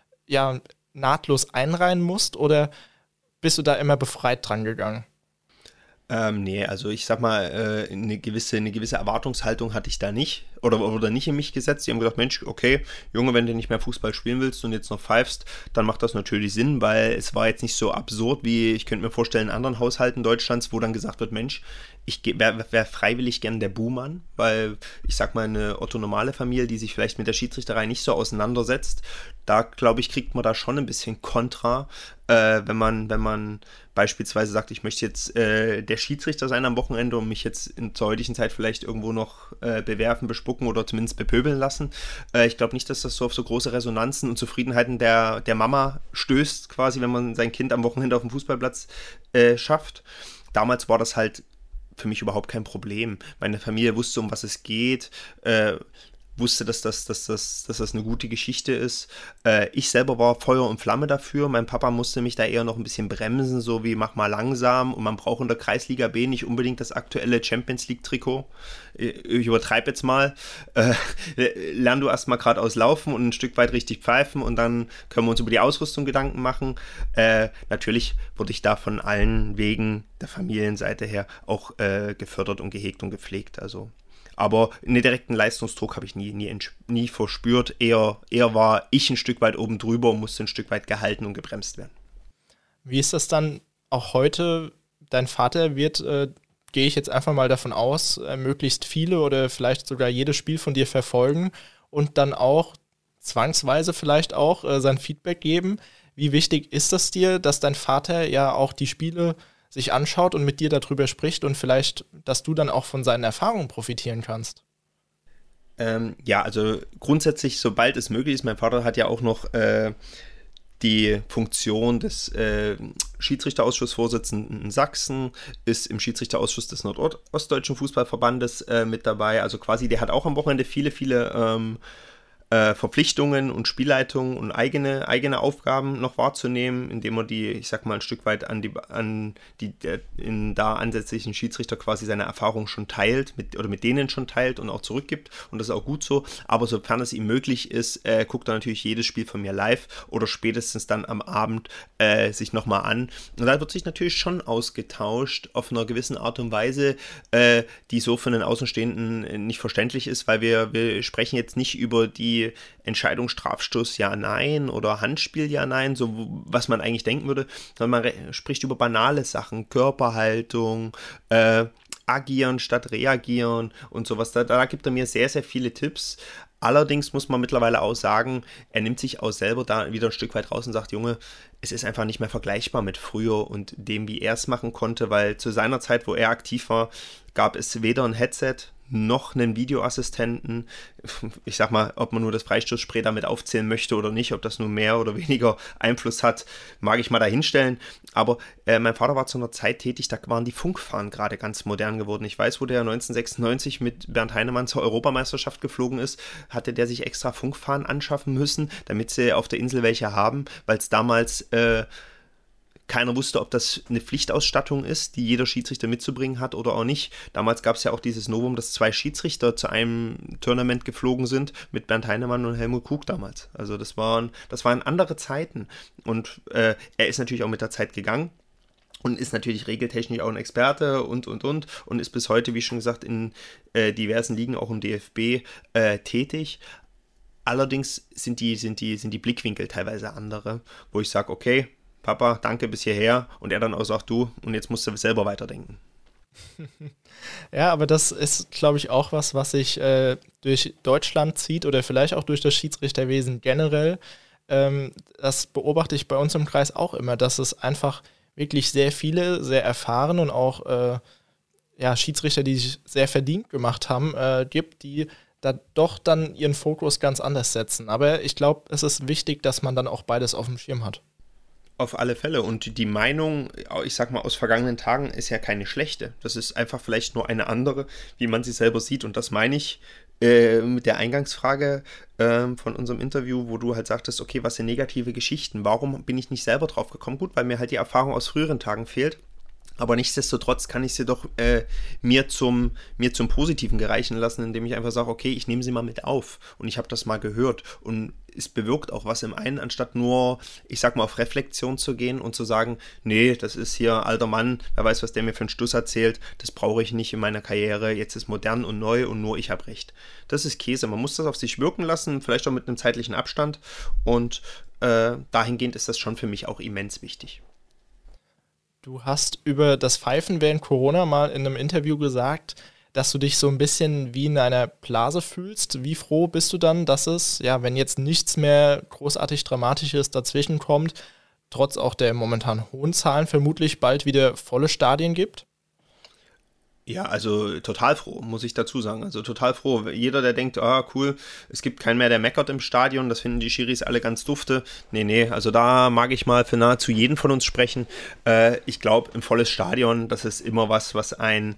nahtlos einreihen musst, oder bist du da immer befreit dran gegangen? Nee, also ich sag mal, eine gewisse Erwartungshaltung hatte ich da nicht oder nicht in mich gesetzt. Die haben gesagt, Mensch, okay, Junge, wenn du nicht mehr Fußball spielen willst und jetzt noch pfeifst, dann macht das natürlich Sinn, weil es war jetzt nicht so absurd, wie ich könnte mir vorstellen, in anderen Haushalten Deutschlands, wo dann gesagt wird, Mensch, ich wäre freiwillig gern der Buhmann, weil ich sag mal, eine orthonormale Familie, die sich vielleicht mit der Schiedsrichterei nicht so auseinandersetzt, da glaube ich, kriegt man da schon ein bisschen Kontra, wenn man beispielsweise sagt, ich möchte jetzt der Schiedsrichter sein am Wochenende und mich jetzt zur heutigen Zeit vielleicht irgendwo noch bewerfen, bespucken oder zumindest bepöbeln lassen. Ich glaube nicht, dass das so auf so große Resonanzen und Zufriedenheiten der Mama stößt, quasi, wenn man sein Kind am Wochenende auf dem Fußballplatz schafft. Damals war das halt für mich überhaupt kein Problem. Meine Familie wusste, um was es geht, wusste, dass das eine gute Geschichte ist. Ich selber war Feuer und Flamme dafür. Mein Papa musste mich da eher noch ein bisschen bremsen, so wie mach mal langsam. Und man braucht in der Kreisliga B nicht unbedingt das aktuelle Champions League Trikot. Ich übertreibe jetzt mal. Lern du erst mal geradeaus laufen und ein Stück weit richtig pfeifen und dann können wir uns über die Ausrüstung Gedanken machen. Natürlich wurde ich da von allen Wegen der Familienseite her auch gefördert und gehegt und gepflegt. Aber einen direkten Leistungsdruck habe ich nie verspürt. Eher war ich ein Stück weit oben drüber und musste ein Stück weit gehalten und gebremst werden. Wie ist das dann auch heute? Dein Vater wird, gehe ich jetzt einfach mal davon aus, möglichst viele oder vielleicht sogar jedes Spiel von dir verfolgen und dann auch zwangsweise vielleicht auch sein Feedback geben. Wie wichtig ist das dir, dass dein Vater ja auch die Spiele sich anschaut und mit dir darüber spricht und vielleicht, dass du dann auch von seinen Erfahrungen profitieren kannst? Also grundsätzlich, sobald es möglich ist, mein Vater hat ja auch noch die Funktion des Schiedsrichterausschussvorsitzenden in Sachsen, ist im Schiedsrichterausschuss des Nordostdeutschen Fußballverbandes mit dabei, also quasi, der hat auch am Wochenende viele Verpflichtungen und Spielleitungen und eigene Aufgaben noch wahrzunehmen, indem er die, ich sag mal, ein Stück weit an die da ansässigen Schiedsrichter quasi seine Erfahrung schon teilt, mit denen schon teilt und auch zurückgibt, und das ist auch gut so, aber sofern es ihm möglich ist, guckt er natürlich jedes Spiel von mir live oder spätestens dann am Abend sich nochmal an, und da wird sich natürlich schon ausgetauscht auf einer gewissen Art und Weise, die so für einen Außenstehenden nicht verständlich ist, weil wir sprechen jetzt nicht über die Entscheidung Strafstoß ja, nein oder Handspiel ja, nein, so was man eigentlich denken würde, sondern man spricht über banale Sachen, Körperhaltung, agieren statt reagieren und sowas. Da gibt er mir sehr, sehr viele Tipps. Allerdings muss man mittlerweile auch sagen, er nimmt sich auch selber da wieder ein Stück weit raus und sagt, Junge, es ist einfach nicht mehr vergleichbar mit früher und dem, wie er es machen konnte, weil zu seiner Zeit, wo er aktiv war, gab es weder ein Headset noch einen Videoassistenten. Ich sag mal, ob man nur das Freistoßspray damit aufzählen möchte oder nicht, ob das nur mehr oder weniger Einfluss hat, mag ich mal dahinstellen. Aber mein Vater war zu einer Zeit tätig, da waren die Funkfahren gerade ganz modern geworden. Ich weiß, wo der 1996 mit Bernd Heinemann zur Europameisterschaft geflogen ist, hatte der sich extra Funkfahren anschaffen müssen, damit sie auf der Insel welche haben, weil es damals keiner wusste, ob das eine Pflichtausstattung ist, die jeder Schiedsrichter mitzubringen hat oder auch nicht. Damals gab es ja auch dieses Novum, dass 2 Schiedsrichter zu einem Tournament geflogen sind, mit Bernd Heinemann und Helmut Krug damals. Also das waren andere Zeiten. Und er ist natürlich auch mit der Zeit gegangen und ist natürlich regeltechnisch auch ein Experte und ist bis heute, wie schon gesagt, in diversen Ligen, auch im DFB, tätig. Allerdings sind die Blickwinkel teilweise andere, wo ich sage, okay, Papa, danke bis hierher, und er dann auch sagt, du, und jetzt musst du selber weiterdenken. Ja, aber das ist, glaube ich, auch was sich durch Deutschland zieht oder vielleicht auch durch das Schiedsrichterwesen generell. Das beobachte ich bei uns im Kreis auch immer, dass es einfach wirklich sehr viele, sehr erfahren und auch Schiedsrichter, die sich sehr verdient gemacht haben, gibt, die da doch dann ihren Fokus ganz anders setzen. Aber ich glaube, es ist wichtig, dass man dann auch beides auf dem Schirm hat. Auf alle Fälle. Und die Meinung, ich sag mal, aus vergangenen Tagen ist ja keine schlechte. Das ist einfach vielleicht nur eine andere, wie man sie selber sieht. Und das meine ich mit der Eingangsfrage von unserem Interview, wo du halt sagtest, okay, was sind negative Geschichten? Warum bin ich nicht selber drauf gekommen? Gut, weil mir halt die Erfahrung aus früheren Tagen fehlt. Aber nichtsdestotrotz kann ich sie doch mir zum Positiven gereichen lassen, indem ich einfach sage, okay, ich nehme sie mal mit auf und ich habe das mal gehört und es bewirkt auch was im einen, anstatt nur, ich sag mal, auf Reflexion zu gehen und zu sagen, nee, das ist hier alter Mann, wer weiß, was der mir für einen Stuss erzählt, das brauche ich nicht in meiner Karriere, jetzt ist modern und neu und nur ich habe recht. Das ist Käse, man muss das auf sich wirken lassen, vielleicht auch mit einem zeitlichen Abstand und dahingehend ist das schon für mich auch immens wichtig. Du hast über das Pfeifen während Corona mal in einem Interview gesagt, dass du dich so ein bisschen wie in einer Blase fühlst. Wie froh bist du dann, dass es, ja, wenn jetzt nichts mehr großartig Dramatisches dazwischen kommt, trotz auch der momentan hohen Zahlen vermutlich bald wieder volle Stadien gibt? Ja, also total froh, muss ich dazu sagen. Also total froh. Jeder, der denkt, ah, cool, es gibt keinen mehr, der meckert im Stadion, das finden die Schiris alle ganz dufte. Nee, also da mag ich mal für nahezu jeden von uns sprechen. Ich glaube, ein volles Stadion, das ist immer was einen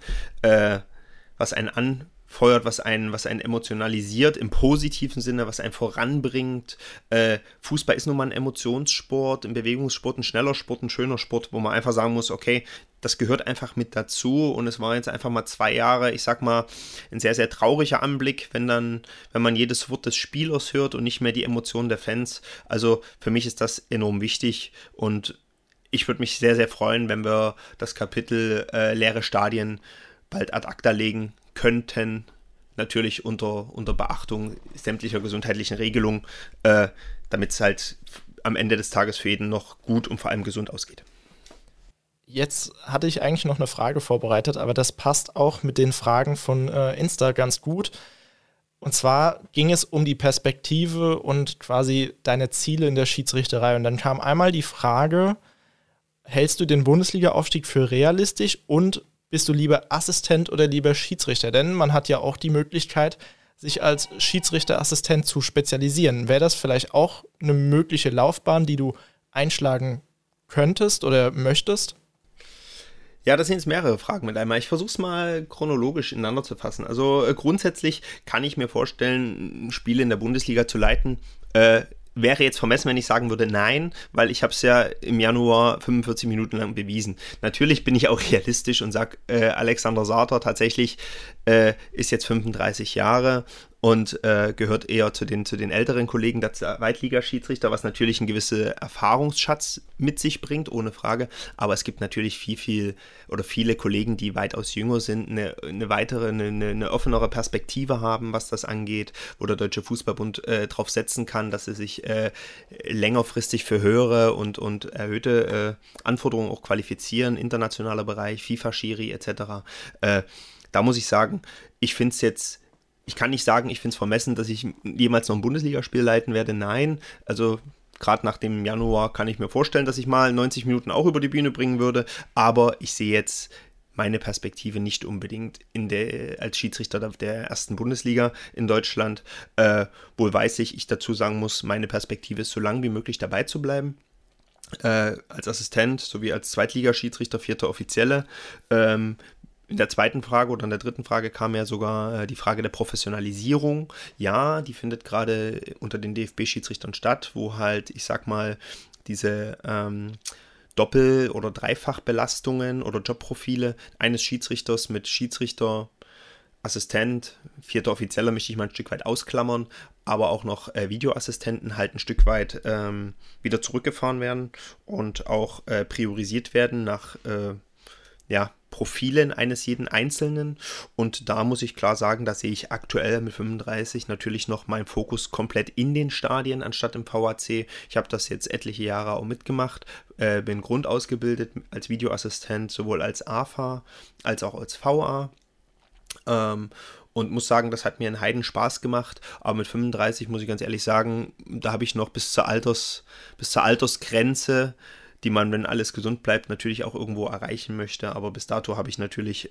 anfeuert, was einen emotionalisiert, im positiven Sinne, was einen voranbringt. Fußball ist nun mal ein Emotionssport, ein Bewegungssport, ein schneller Sport, ein schöner Sport, wo man einfach sagen muss, okay, das gehört einfach mit dazu und es war jetzt einfach mal 2 Jahre, ich sag mal, ein sehr, sehr trauriger Anblick, wenn man jedes Wort des Spielers hört und nicht mehr die Emotionen der Fans. Also für mich ist das enorm wichtig und ich würde mich sehr, sehr freuen, wenn wir das Kapitel leere Stadien bald ad acta legen könnten, natürlich unter Beachtung sämtlicher gesundheitlichen Regelungen, damit es halt am Ende des Tages für jeden noch gut und vor allem gesund ausgeht. Jetzt hatte ich eigentlich noch eine Frage vorbereitet, aber das passt auch mit den Fragen von Insta ganz gut. Und zwar ging es um die Perspektive und quasi deine Ziele in der Schiedsrichterei. Und dann kam einmal die Frage, hältst du den Bundesliga-Aufstieg für realistisch und bist du lieber Assistent oder lieber Schiedsrichter? Denn man hat ja auch die Möglichkeit, sich als Schiedsrichterassistent zu spezialisieren. Wäre das vielleicht auch eine mögliche Laufbahn, die du einschlagen könntest oder möchtest? Ja, das sind jetzt mehrere Fragen mit einmal. Ich versuche es mal chronologisch ineinander zu fassen. Also grundsätzlich kann ich mir vorstellen, Spiele in der Bundesliga zu leiten. Wäre jetzt vermessen, wenn ich sagen würde, nein, weil ich habe es ja im Januar 45 Minuten lang bewiesen. Natürlich bin ich auch realistisch und sage, Alexander Sater tatsächlich ist jetzt 35 Jahre und gehört eher zu den älteren Kollegen der Zweitligaschiedsrichter, was natürlich einen gewissen Erfahrungsschatz mit sich bringt, ohne Frage. Aber es gibt natürlich viele Kollegen, die weitaus jünger sind, eine offenere Perspektive haben, was das angeht, wo der Deutsche Fußballbund drauf setzen kann, dass sie sich längerfristig für höhere und erhöhte Anforderungen auch qualifizieren, internationaler Bereich, FIFA-Schiri etc. Da muss ich sagen, ich kann nicht sagen, ich finde es vermessen, dass ich jemals noch ein Bundesligaspiel leiten werde. Nein, also gerade nach dem Januar kann ich mir vorstellen, dass ich mal 90 Minuten auch über die Bühne bringen würde, aber ich sehe jetzt meine Perspektive nicht unbedingt als Schiedsrichter der ersten Bundesliga in Deutschland. Wohl weiß ich dazu sagen muss, meine Perspektive ist so lang wie möglich dabei zu bleiben. Als Assistent sowie als Zweitligaschiedsrichter, 4. Offizielle. In der zweiten Frage oder in der dritten Frage kam ja sogar die Frage der Professionalisierung. Ja, die findet gerade unter den DFB-Schiedsrichtern statt, wo halt, ich sag mal, diese Doppel- oder Dreifachbelastungen oder Jobprofile eines Schiedsrichters mit Schiedsrichter, Assistent, 4. Offizieller möchte ich mal ein Stück weit ausklammern, aber auch noch Videoassistenten halt ein Stück weit wieder zurückgefahren werden und auch priorisiert werden nach Profilen eines jeden Einzelnen. Und da muss ich klar sagen, da sehe ich aktuell mit 35 natürlich noch meinen Fokus komplett in den Stadien anstatt im VAC. Ich habe das jetzt etliche Jahre auch mitgemacht, bin grundausgebildet als Videoassistent, sowohl als AFA als auch als VA. Und muss sagen, das hat mir einen Heidenspaß gemacht, aber mit 35 muss ich ganz ehrlich sagen, da habe ich noch bis zur Altersgrenze, die man, wenn alles gesund bleibt, natürlich auch irgendwo erreichen möchte, aber bis dato habe ich natürlich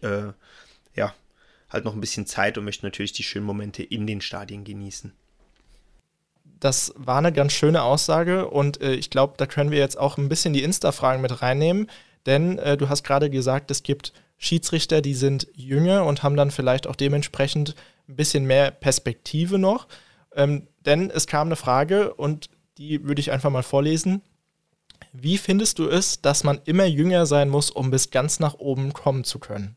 halt noch ein bisschen Zeit und möchte natürlich die schönen Momente in den Stadien genießen. das war eine ganz schöne Aussage und ich glaube, da können wir jetzt auch ein bisschen die Insta-Fragen mit reinnehmen, denn du hast gerade gesagt, es gibt Schiedsrichter, die sind jünger und haben dann vielleicht auch dementsprechend ein bisschen mehr Perspektive noch, denn es kam eine Frage und die würde ich einfach mal vorlesen. Wie findest du es, dass man immer jünger sein muss, um bis ganz nach oben kommen zu können?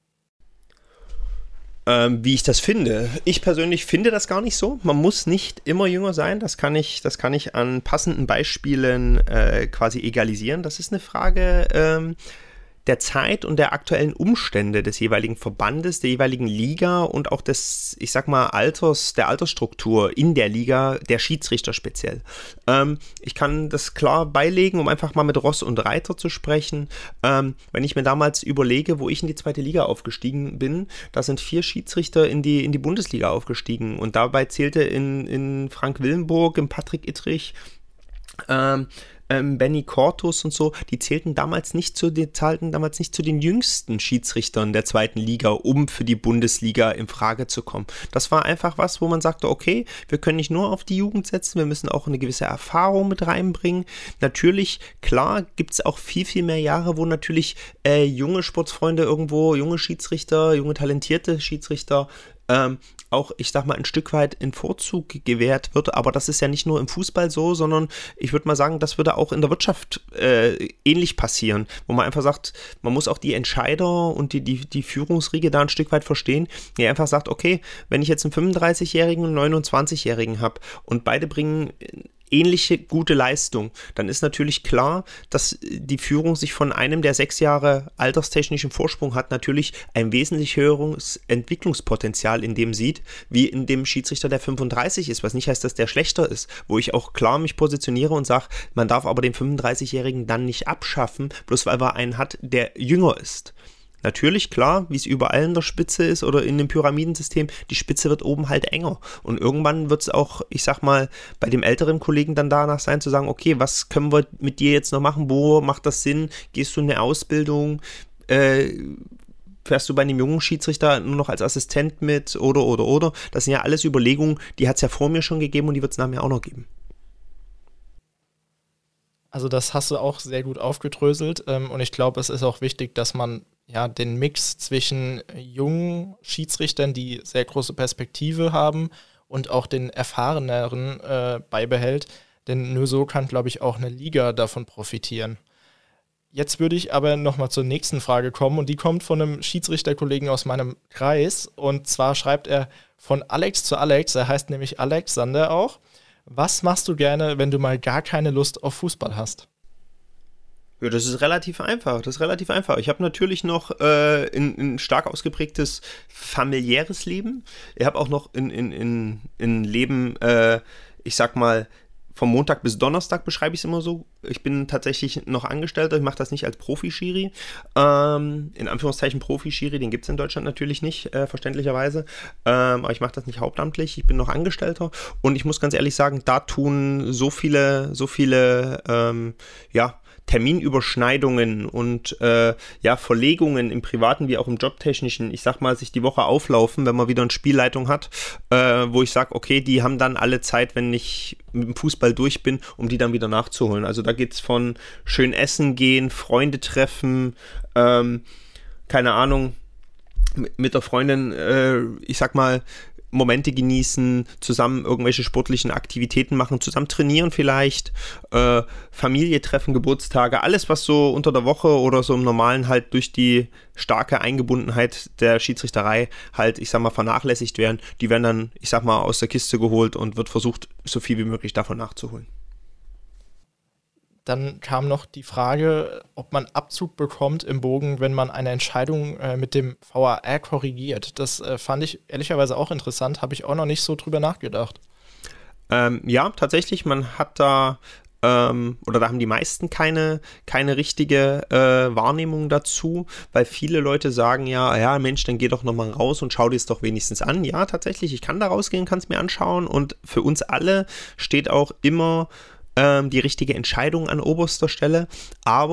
Wie ich das finde. Ich persönlich finde das gar nicht so. Man muss nicht immer jünger sein. Das kann ich an passenden Beispielen quasi egalisieren. Das ist eine Frage der Zeit und der aktuellen Umstände des jeweiligen Verbandes, der jeweiligen Liga und auch des, ich sag mal, der Altersstruktur in der Liga, der Schiedsrichter speziell. Ich kann das klar beilegen, um einfach mal mit Ross und Reiter zu sprechen. Wenn ich mir damals überlege, wo ich in die zweite Liga aufgestiegen bin, da sind 4 Schiedsrichter in die Bundesliga aufgestiegen und dabei zählte in Frank Willenburg, in Patrick Ittrich, Benny Cortus und so, die zahlten damals nicht zu den jüngsten Schiedsrichtern der zweiten Liga, um für die Bundesliga in Frage zu kommen. Das war einfach was, wo man sagte, okay, wir können nicht nur auf die Jugend setzen, wir müssen auch eine gewisse Erfahrung mit reinbringen. Natürlich, klar, gibt es auch viel, viel mehr Jahre, wo natürlich junge Sportsfreunde irgendwo, junge Schiedsrichter, junge talentierte Schiedsrichter auch, ich sag mal, ein Stück weit in Vorzug gewährt wird, aber das ist ja nicht nur im Fußball so, sondern ich würde mal sagen, das würde auch in der Wirtschaft ähnlich passieren, wo man einfach sagt, man muss auch die Entscheider und die Führungsriege da ein Stück weit verstehen, die einfach sagt, okay, wenn ich jetzt einen 35-Jährigen und einen 29-Jährigen habe und beide bringen ähnliche gute Leistung, dann ist natürlich klar, dass die Führung sich von einem, der 6 Jahre alterstechnischen Vorsprung hat, natürlich ein wesentlich höheres Entwicklungspotenzial in dem sieht, wie in dem Schiedsrichter, der 35 ist, was nicht heißt, dass der schlechter ist, wo ich auch klar mich positioniere und sage, man darf aber den 35-Jährigen dann nicht abschaffen, bloß weil man einen hat, der jünger ist. Natürlich, klar, wie es überall in der Spitze ist oder in dem Pyramidensystem, die Spitze wird oben halt enger. Und irgendwann wird es auch, ich sag mal, bei dem älteren Kollegen dann danach sein, zu sagen, okay, was können wir mit dir jetzt noch machen? Wo macht das Sinn? Gehst du in eine Ausbildung? Fährst du bei einem jungen Schiedsrichter nur noch als Assistent mit? Oder. Das sind ja alles Überlegungen, die hat es ja vor mir schon gegeben und die wird es nach mir auch noch geben. Also das hast du auch sehr gut aufgedröselt und ich glaube, es ist auch wichtig, dass man ja den Mix zwischen jungen Schiedsrichtern, die sehr große Perspektive haben und auch den erfahreneren beibehält, denn nur so kann, glaube ich, auch eine Liga davon profitieren. Jetzt würde ich aber nochmal zur nächsten Frage kommen und die kommt von einem Schiedsrichterkollegen aus meinem Kreis und zwar schreibt er von Alex zu Alex, er heißt nämlich Alexander auch. Was machst du gerne, wenn du mal gar keine Lust auf Fußball hast? Ja, das ist relativ einfach. Ich habe natürlich noch ein stark ausgeprägtes familiäres Leben. Ich habe auch noch ein Leben, ich sag mal, vom Montag bis Donnerstag beschreibe ich es immer so. Ich bin tatsächlich noch Angestellter, ich mache das nicht als Profi-Schiri. In Anführungszeichen Profi-Schiri, den gibt es in Deutschland natürlich nicht, verständlicherweise. Aber ich mache das nicht hauptamtlich, ich bin noch Angestellter. Und ich muss ganz ehrlich sagen, da tun so viele Terminüberschneidungen und Verlegungen im Privaten wie auch im Jobtechnischen, ich sag mal, sich die Woche auflaufen, wenn man wieder eine Spielleitung hat, wo ich sage, okay, die haben dann alle Zeit, wenn ich mit dem Fußball durch bin, um die dann wieder nachzuholen. Also da geht's von schön essen gehen, Freunde treffen, keine Ahnung, mit der Freundin, ich sag mal, Momente genießen, zusammen irgendwelche sportlichen Aktivitäten machen, zusammen trainieren vielleicht, Familie treffen, Geburtstage, alles was so unter der Woche oder so im Normalen halt durch die starke Eingebundenheit der Schiedsrichterei halt, ich sag mal, vernachlässigt werden, die werden dann, ich sag mal, aus der Kiste geholt und wird versucht, so viel wie möglich davon nachzuholen. Dann kam noch die Frage, ob man Abzug bekommt im Bogen, wenn man eine Entscheidung mit dem VAR korrigiert. Das fand ich ehrlicherweise auch interessant, habe ich auch noch nicht so drüber nachgedacht. Ja, tatsächlich, man hat da, oder da haben die meisten keine richtige Wahrnehmung dazu, weil viele Leute sagen ja, Mensch, dann geh doch nochmal raus und schau dir es doch wenigstens an. Ja, tatsächlich, ich kann da rausgehen, kann es mir anschauen und für uns alle steht auch immer die richtige Entscheidung an oberster Stelle, aber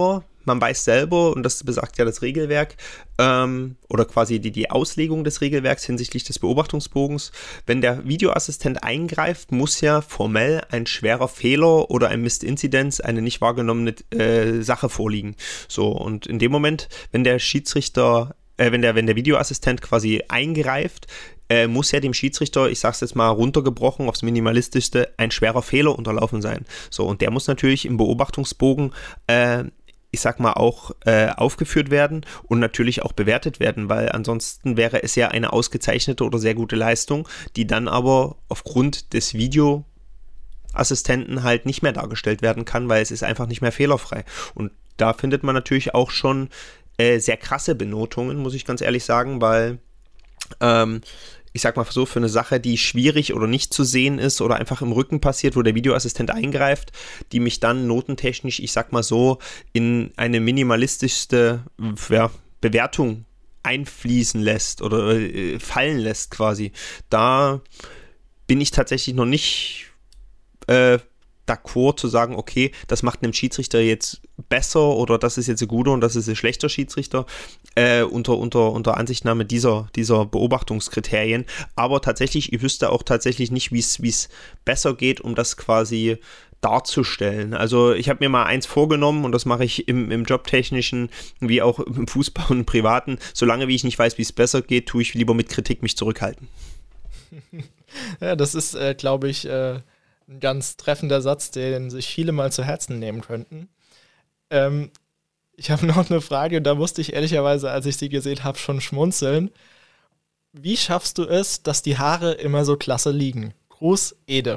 man weiß selber, und das besagt ja das Regelwerk, oder quasi die Auslegung des Regelwerks hinsichtlich des Beobachtungsbogens, wenn der Videoassistent eingreift, muss ja formell ein schwerer Fehler oder ein Missed Inzidenz, eine nicht wahrgenommene Sache vorliegen. So, und in dem Moment, wenn der Schiedsrichter, wenn der Videoassistent quasi eingreift, muss ja dem Schiedsrichter, ich sag's jetzt mal runtergebrochen aufs Minimalistischste, ein schwerer Fehler unterlaufen sein. So, und der muss natürlich im Beobachtungsbogen ich sag mal auch aufgeführt werden und natürlich auch bewertet werden, weil ansonsten wäre es ja eine ausgezeichnete oder sehr gute Leistung, die dann aber aufgrund des Videoassistenten halt nicht mehr dargestellt werden kann, weil es ist einfach nicht mehr fehlerfrei. Und da findet man natürlich auch schon sehr krasse Benotungen, muss ich ganz ehrlich sagen, weil ich sag mal so, für eine Sache, die schwierig oder nicht zu sehen ist oder einfach im Rücken passiert, wo der Videoassistent eingreift, die mich dann notentechnisch, ich sag mal so, in eine minimalistischste Bewertung einfließen lässt oder fallen lässt quasi. Da bin ich tatsächlich noch nicht d'accord zu sagen, okay, das macht einem Schiedsrichter jetzt besser oder das ist jetzt ein guter und das ist ein schlechter Schiedsrichter unter Ansichtnahme dieser Beobachtungskriterien. Aber tatsächlich, ich wüsste auch tatsächlich nicht, wie es besser geht, um das quasi darzustellen. Also ich habe mir mal eins vorgenommen und das mache ich im Jobtechnischen wie auch im Fußball und im Privaten. Solange wie ich nicht weiß, wie es besser geht, tue ich lieber mit Kritik mich zurückhalten. Ja, das ist, glaube ich, ein ganz treffender Satz, den sich viele mal zu Herzen nehmen könnten. Ich habe noch eine Frage, da musste ich ehrlicherweise, als ich sie gesehen habe, schon schmunzeln. Wie schaffst du es, dass die Haare immer so klasse liegen? Gruß, Ede.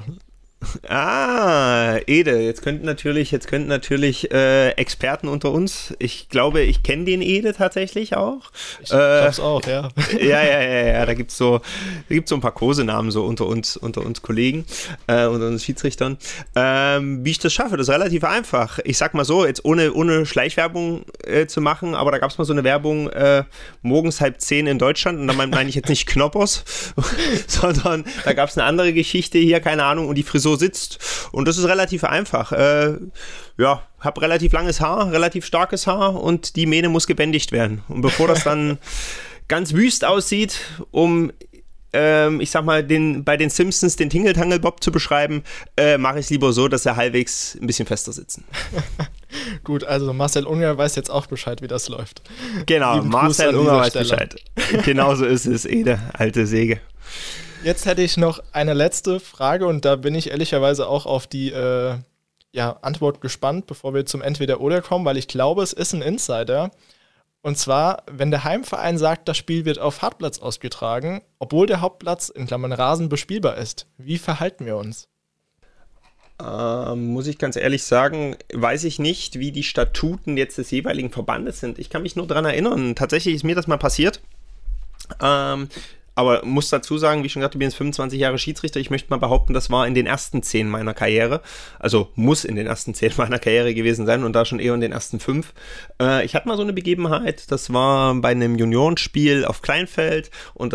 Ede, jetzt könnten natürlich Experten unter uns, ich glaube, ich kenne den Ede tatsächlich auch. Ich glaub's auch, ja. Ja, da gibt's so ein paar Kosenamen so unter uns Kollegen, unter uns Schiedsrichtern. Wie ich das schaffe, das ist relativ einfach. Ich sag mal so, jetzt ohne Schleichwerbung zu machen, aber da gab's mal so eine Werbung morgens 9:30 in Deutschland und da meine ich jetzt nicht Knoppers, sondern da gab's eine andere Geschichte hier, keine Ahnung, und die Frisur sitzt. Und das ist relativ einfach. Hab relativ langes Haar, relativ starkes Haar und die Mähne muss gebändigt werden. Und bevor das dann ganz wüst aussieht, ich sag mal, bei den Simpsons den Tingeltangelbob zu beschreiben, mache ich es lieber so, dass sie halbwegs ein bisschen fester sitzen. Gut, also Marcel Unger weiß jetzt auch Bescheid, wie das läuft. Genau, Marcel Unger weiß Bescheid. Genauso ist es, Ede, alte Säge. Jetzt hätte ich noch eine letzte Frage und da bin ich ehrlicherweise auch auf die Antwort gespannt, bevor wir zum Entweder-Oder kommen, weil ich glaube, es ist ein Insider. Und zwar, wenn der Heimverein sagt, das Spiel wird auf Hartplatz ausgetragen, obwohl der Hauptplatz in Klammern Rasen bespielbar ist. Wie verhalten wir uns? Muss ich ganz ehrlich sagen, weiß ich nicht, wie die Statuten jetzt des jeweiligen Verbandes sind. Ich kann mich nur daran erinnern, tatsächlich ist mir das mal passiert. Aber muss dazu sagen, wie schon gesagt, ich bin jetzt 25 Jahre Schiedsrichter. Ich möchte mal behaupten, das war in den ersten 10 meiner Karriere. Also muss in den ersten 10 meiner Karriere gewesen sein und da schon eher in den ersten 5. Ich hatte mal so eine Begebenheit, das war bei einem Juniorenspiel auf Kleinfeld und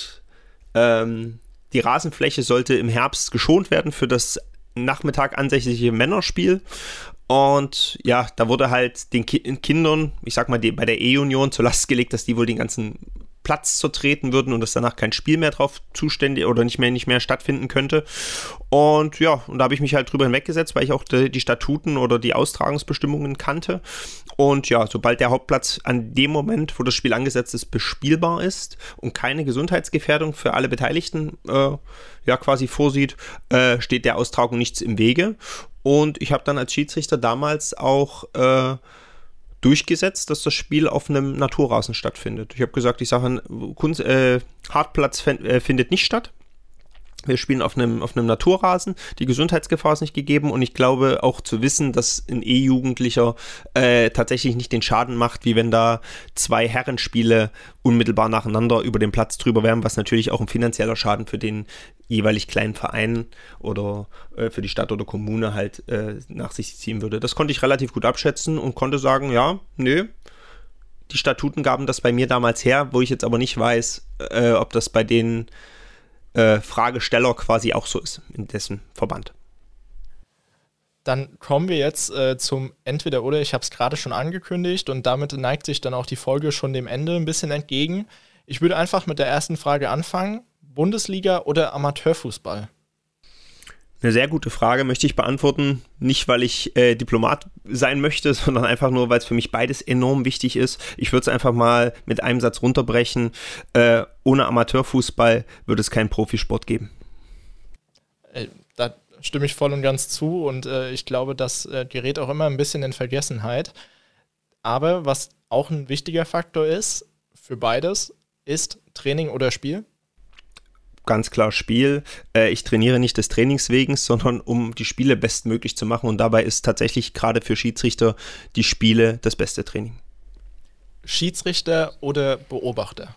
die Rasenfläche sollte im Herbst geschont werden für das Nachmittag ansässige Männerspiel. Und ja, da wurde halt den Kindern, ich sag mal bei der E-Union zur Last gelegt, dass die wohl den ganzen Platz zertreten würden und dass danach kein Spiel mehr drauf zuständig oder nicht mehr stattfinden könnte. Und ja, und da habe ich mich halt drüber hinweggesetzt, weil ich auch die Statuten oder die Austragungsbestimmungen kannte. Und ja, sobald der Hauptplatz an dem Moment, wo das Spiel angesetzt ist, bespielbar ist und keine Gesundheitsgefährdung für alle Beteiligten quasi vorsieht, steht der Austragung nichts im Wege. Und ich habe dann als Schiedsrichter damals auch durchgesetzt, dass das Spiel auf einem Naturrasen stattfindet. Ich habe gesagt, Hartplatz findet nicht statt. Wir spielen auf einem Naturrasen, die Gesundheitsgefahr ist nicht gegeben und ich glaube auch zu wissen, dass ein E-Jugendlicher tatsächlich nicht den Schaden macht, wie wenn da 2 Herrenspiele unmittelbar nacheinander über den Platz drüber wären, was natürlich auch ein finanzieller Schaden für den jeweilig kleinen Verein oder für die Stadt oder Kommune halt nach sich ziehen würde. Das konnte ich relativ gut abschätzen und konnte sagen, ja, nö, die Statuten gaben das bei mir damals her, wo ich jetzt aber nicht weiß, ob das bei den Fragesteller quasi auch so ist, in dessen Verband. Dann kommen wir jetzt zum Entweder-Oder. Ich habe es gerade schon angekündigt und damit neigt sich dann auch die Folge schon dem Ende ein bisschen entgegen. Ich würde einfach mit der ersten Frage anfangen. Bundesliga oder Amateurfußball? Eine sehr gute Frage, möchte ich beantworten. Nicht, weil ich Diplomat sein möchte, sondern einfach nur, weil es für mich beides enorm wichtig ist. Ich würde es einfach mal mit einem Satz runterbrechen. Ohne Amateurfußball würde es keinen Profisport geben. Da stimme ich voll und ganz zu und ich glaube, das gerät auch immer ein bisschen in Vergessenheit. Aber was auch ein wichtiger Faktor ist, für beides, ist Training oder Spiel. Ganz klar Spiel. Ich trainiere nicht des Trainings wegen, sondern um die Spiele bestmöglich zu machen und dabei ist tatsächlich gerade für Schiedsrichter die Spiele das beste Training. Schiedsrichter oder Beobachter?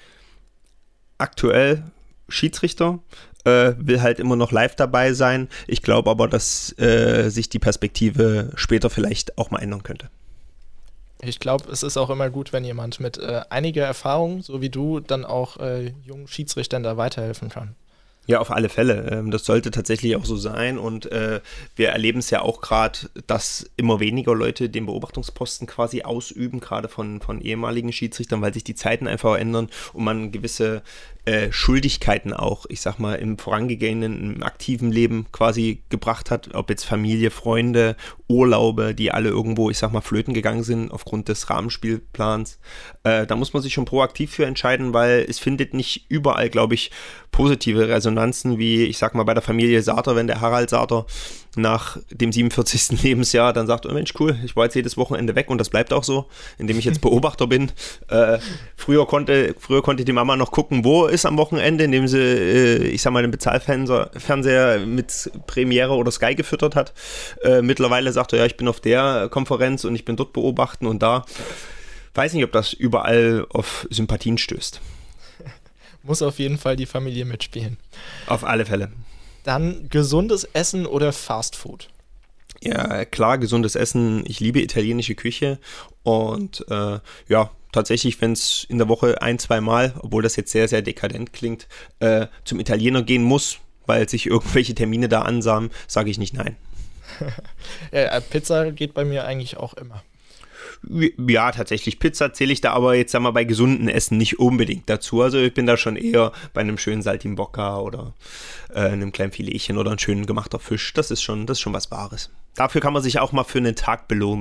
Aktuell Schiedsrichter. Will halt immer noch live dabei sein. Ich glaube aber, dass sich die Perspektive später vielleicht auch mal ändern könnte. Ich glaube, es ist auch immer gut, wenn jemand mit einiger Erfahrung, so wie du, dann auch jungen Schiedsrichtern da weiterhelfen kann. Ja, auf alle Fälle. Das sollte tatsächlich auch so sein und wir erleben es ja auch gerade, dass immer weniger Leute den Beobachtungsposten quasi ausüben, gerade von ehemaligen Schiedsrichtern, weil sich die Zeiten einfach ändern und man gewisse Schuldigkeiten auch, ich sag mal, im vorangegangenen, im aktiven Leben quasi gebracht hat, ob jetzt Familie, Freunde, Urlaube, die alle irgendwo, ich sag mal, flöten gegangen sind aufgrund des Rahmenspielplans. Da muss man sich schon proaktiv für entscheiden, weil es findet nicht überall, glaube ich, positive Resonanzen, wie, ich sag mal, bei der Familie Sater, wenn der Harald Sater nach dem 47. Lebensjahr dann sagt, oh Mensch, cool, ich war jetzt jedes Wochenende weg und das bleibt auch so, indem ich jetzt Beobachter bin. Früher konnte die Mama noch gucken, wo ist am Wochenende, indem sie, ich sag mal, den Bezahlfernseher mit Premiere oder Sky gefüttert hat. Mittlerweile sagt er, ja, ich bin auf der Konferenz und ich bin dort beobachten und da. Weiß nicht, ob das überall auf Sympathien stößt. Muss auf jeden Fall die Familie mitspielen. Auf alle Fälle. Dann gesundes Essen oder Fast Food? Ja, klar, gesundes Essen. Ich liebe italienische Küche und ja, tatsächlich, wenn es in der Woche 1-2 Mal, obwohl das jetzt sehr, sehr dekadent klingt, zum Italiener gehen muss, weil sich irgendwelche Termine da ansahen, sage ich nicht nein. Ja, Pizza geht bei mir eigentlich auch immer. Ja, tatsächlich. Pizza zähle ich da aber jetzt, sagen wir, bei gesunden Essen nicht unbedingt dazu. Also ich bin da schon eher bei einem schönen Saltimbocca oder einem kleinen Filetchen oder einem schönen gemachter Fisch. Das ist schon was Wahres. Dafür kann man sich auch mal für einen Tag belohnen.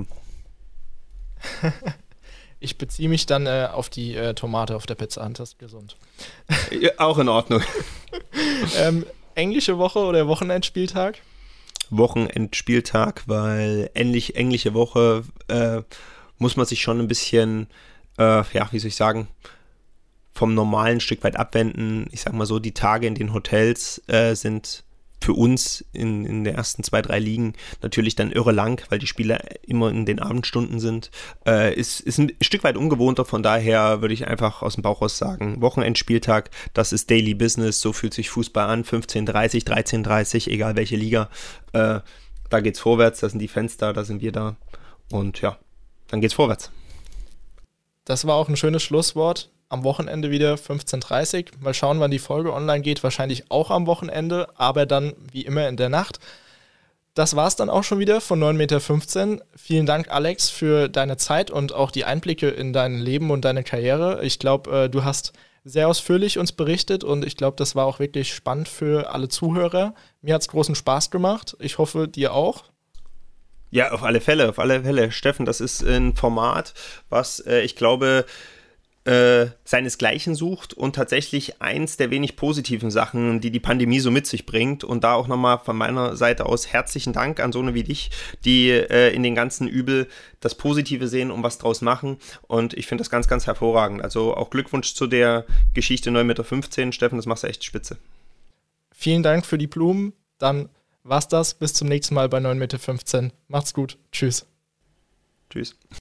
Ich beziehe mich dann auf die Tomate auf der Pizza. Das ist gesund. Ja, auch in Ordnung. Englische Woche oder Wochenendspieltag? Wochenendspieltag, weil englische Woche muss man sich schon ein bisschen, ja, wie soll ich sagen, vom normalen Stück weit abwenden. Ich sag mal so, die Tage in den Hotels sind für uns in den ersten 2-3 Ligen natürlich dann irre lang, weil die Spiele immer in den Abendstunden sind. Ist ein Stück weit ungewohnter, von daher würde ich einfach aus dem Bauch raus sagen, Wochenendspieltag, das ist Daily Business, so fühlt sich Fußball an, 15:30, 13:30, egal welche Liga. Da geht's vorwärts, da sind die Fans da sind wir da und ja, dann geht's vorwärts. Das war auch ein schönes Schlusswort. Am Wochenende wieder 15:30. Mal schauen, wann die Folge online geht. Wahrscheinlich auch am Wochenende, aber dann wie immer in der Nacht. Das war's dann auch schon wieder von 9,15 Meter. Vielen Dank, Alex, für deine Zeit und auch die Einblicke in dein Leben und deine Karriere. Ich glaube, du hast sehr ausführlich uns berichtet und ich glaube, das war auch wirklich spannend für alle Zuhörer. Mir hat's großen Spaß gemacht. Ich hoffe, dir auch. Ja, auf alle Fälle. Steffen, das ist ein Format, was ich glaube, seinesgleichen sucht und tatsächlich eins der wenig positiven Sachen, die Pandemie so mit sich bringt. Und da auch nochmal von meiner Seite aus herzlichen Dank an so eine wie dich, die in den ganzen Übel das Positive sehen und was draus machen. Und ich finde das ganz, ganz hervorragend. Also auch Glückwunsch zu der Geschichte 9,15 Meter. Steffen, das machst du echt spitze. Vielen Dank für die Blumen. Dann war's das. Bis zum nächsten Mal bei 9,15 Meter. Macht's gut. Tschüss. Tschüss.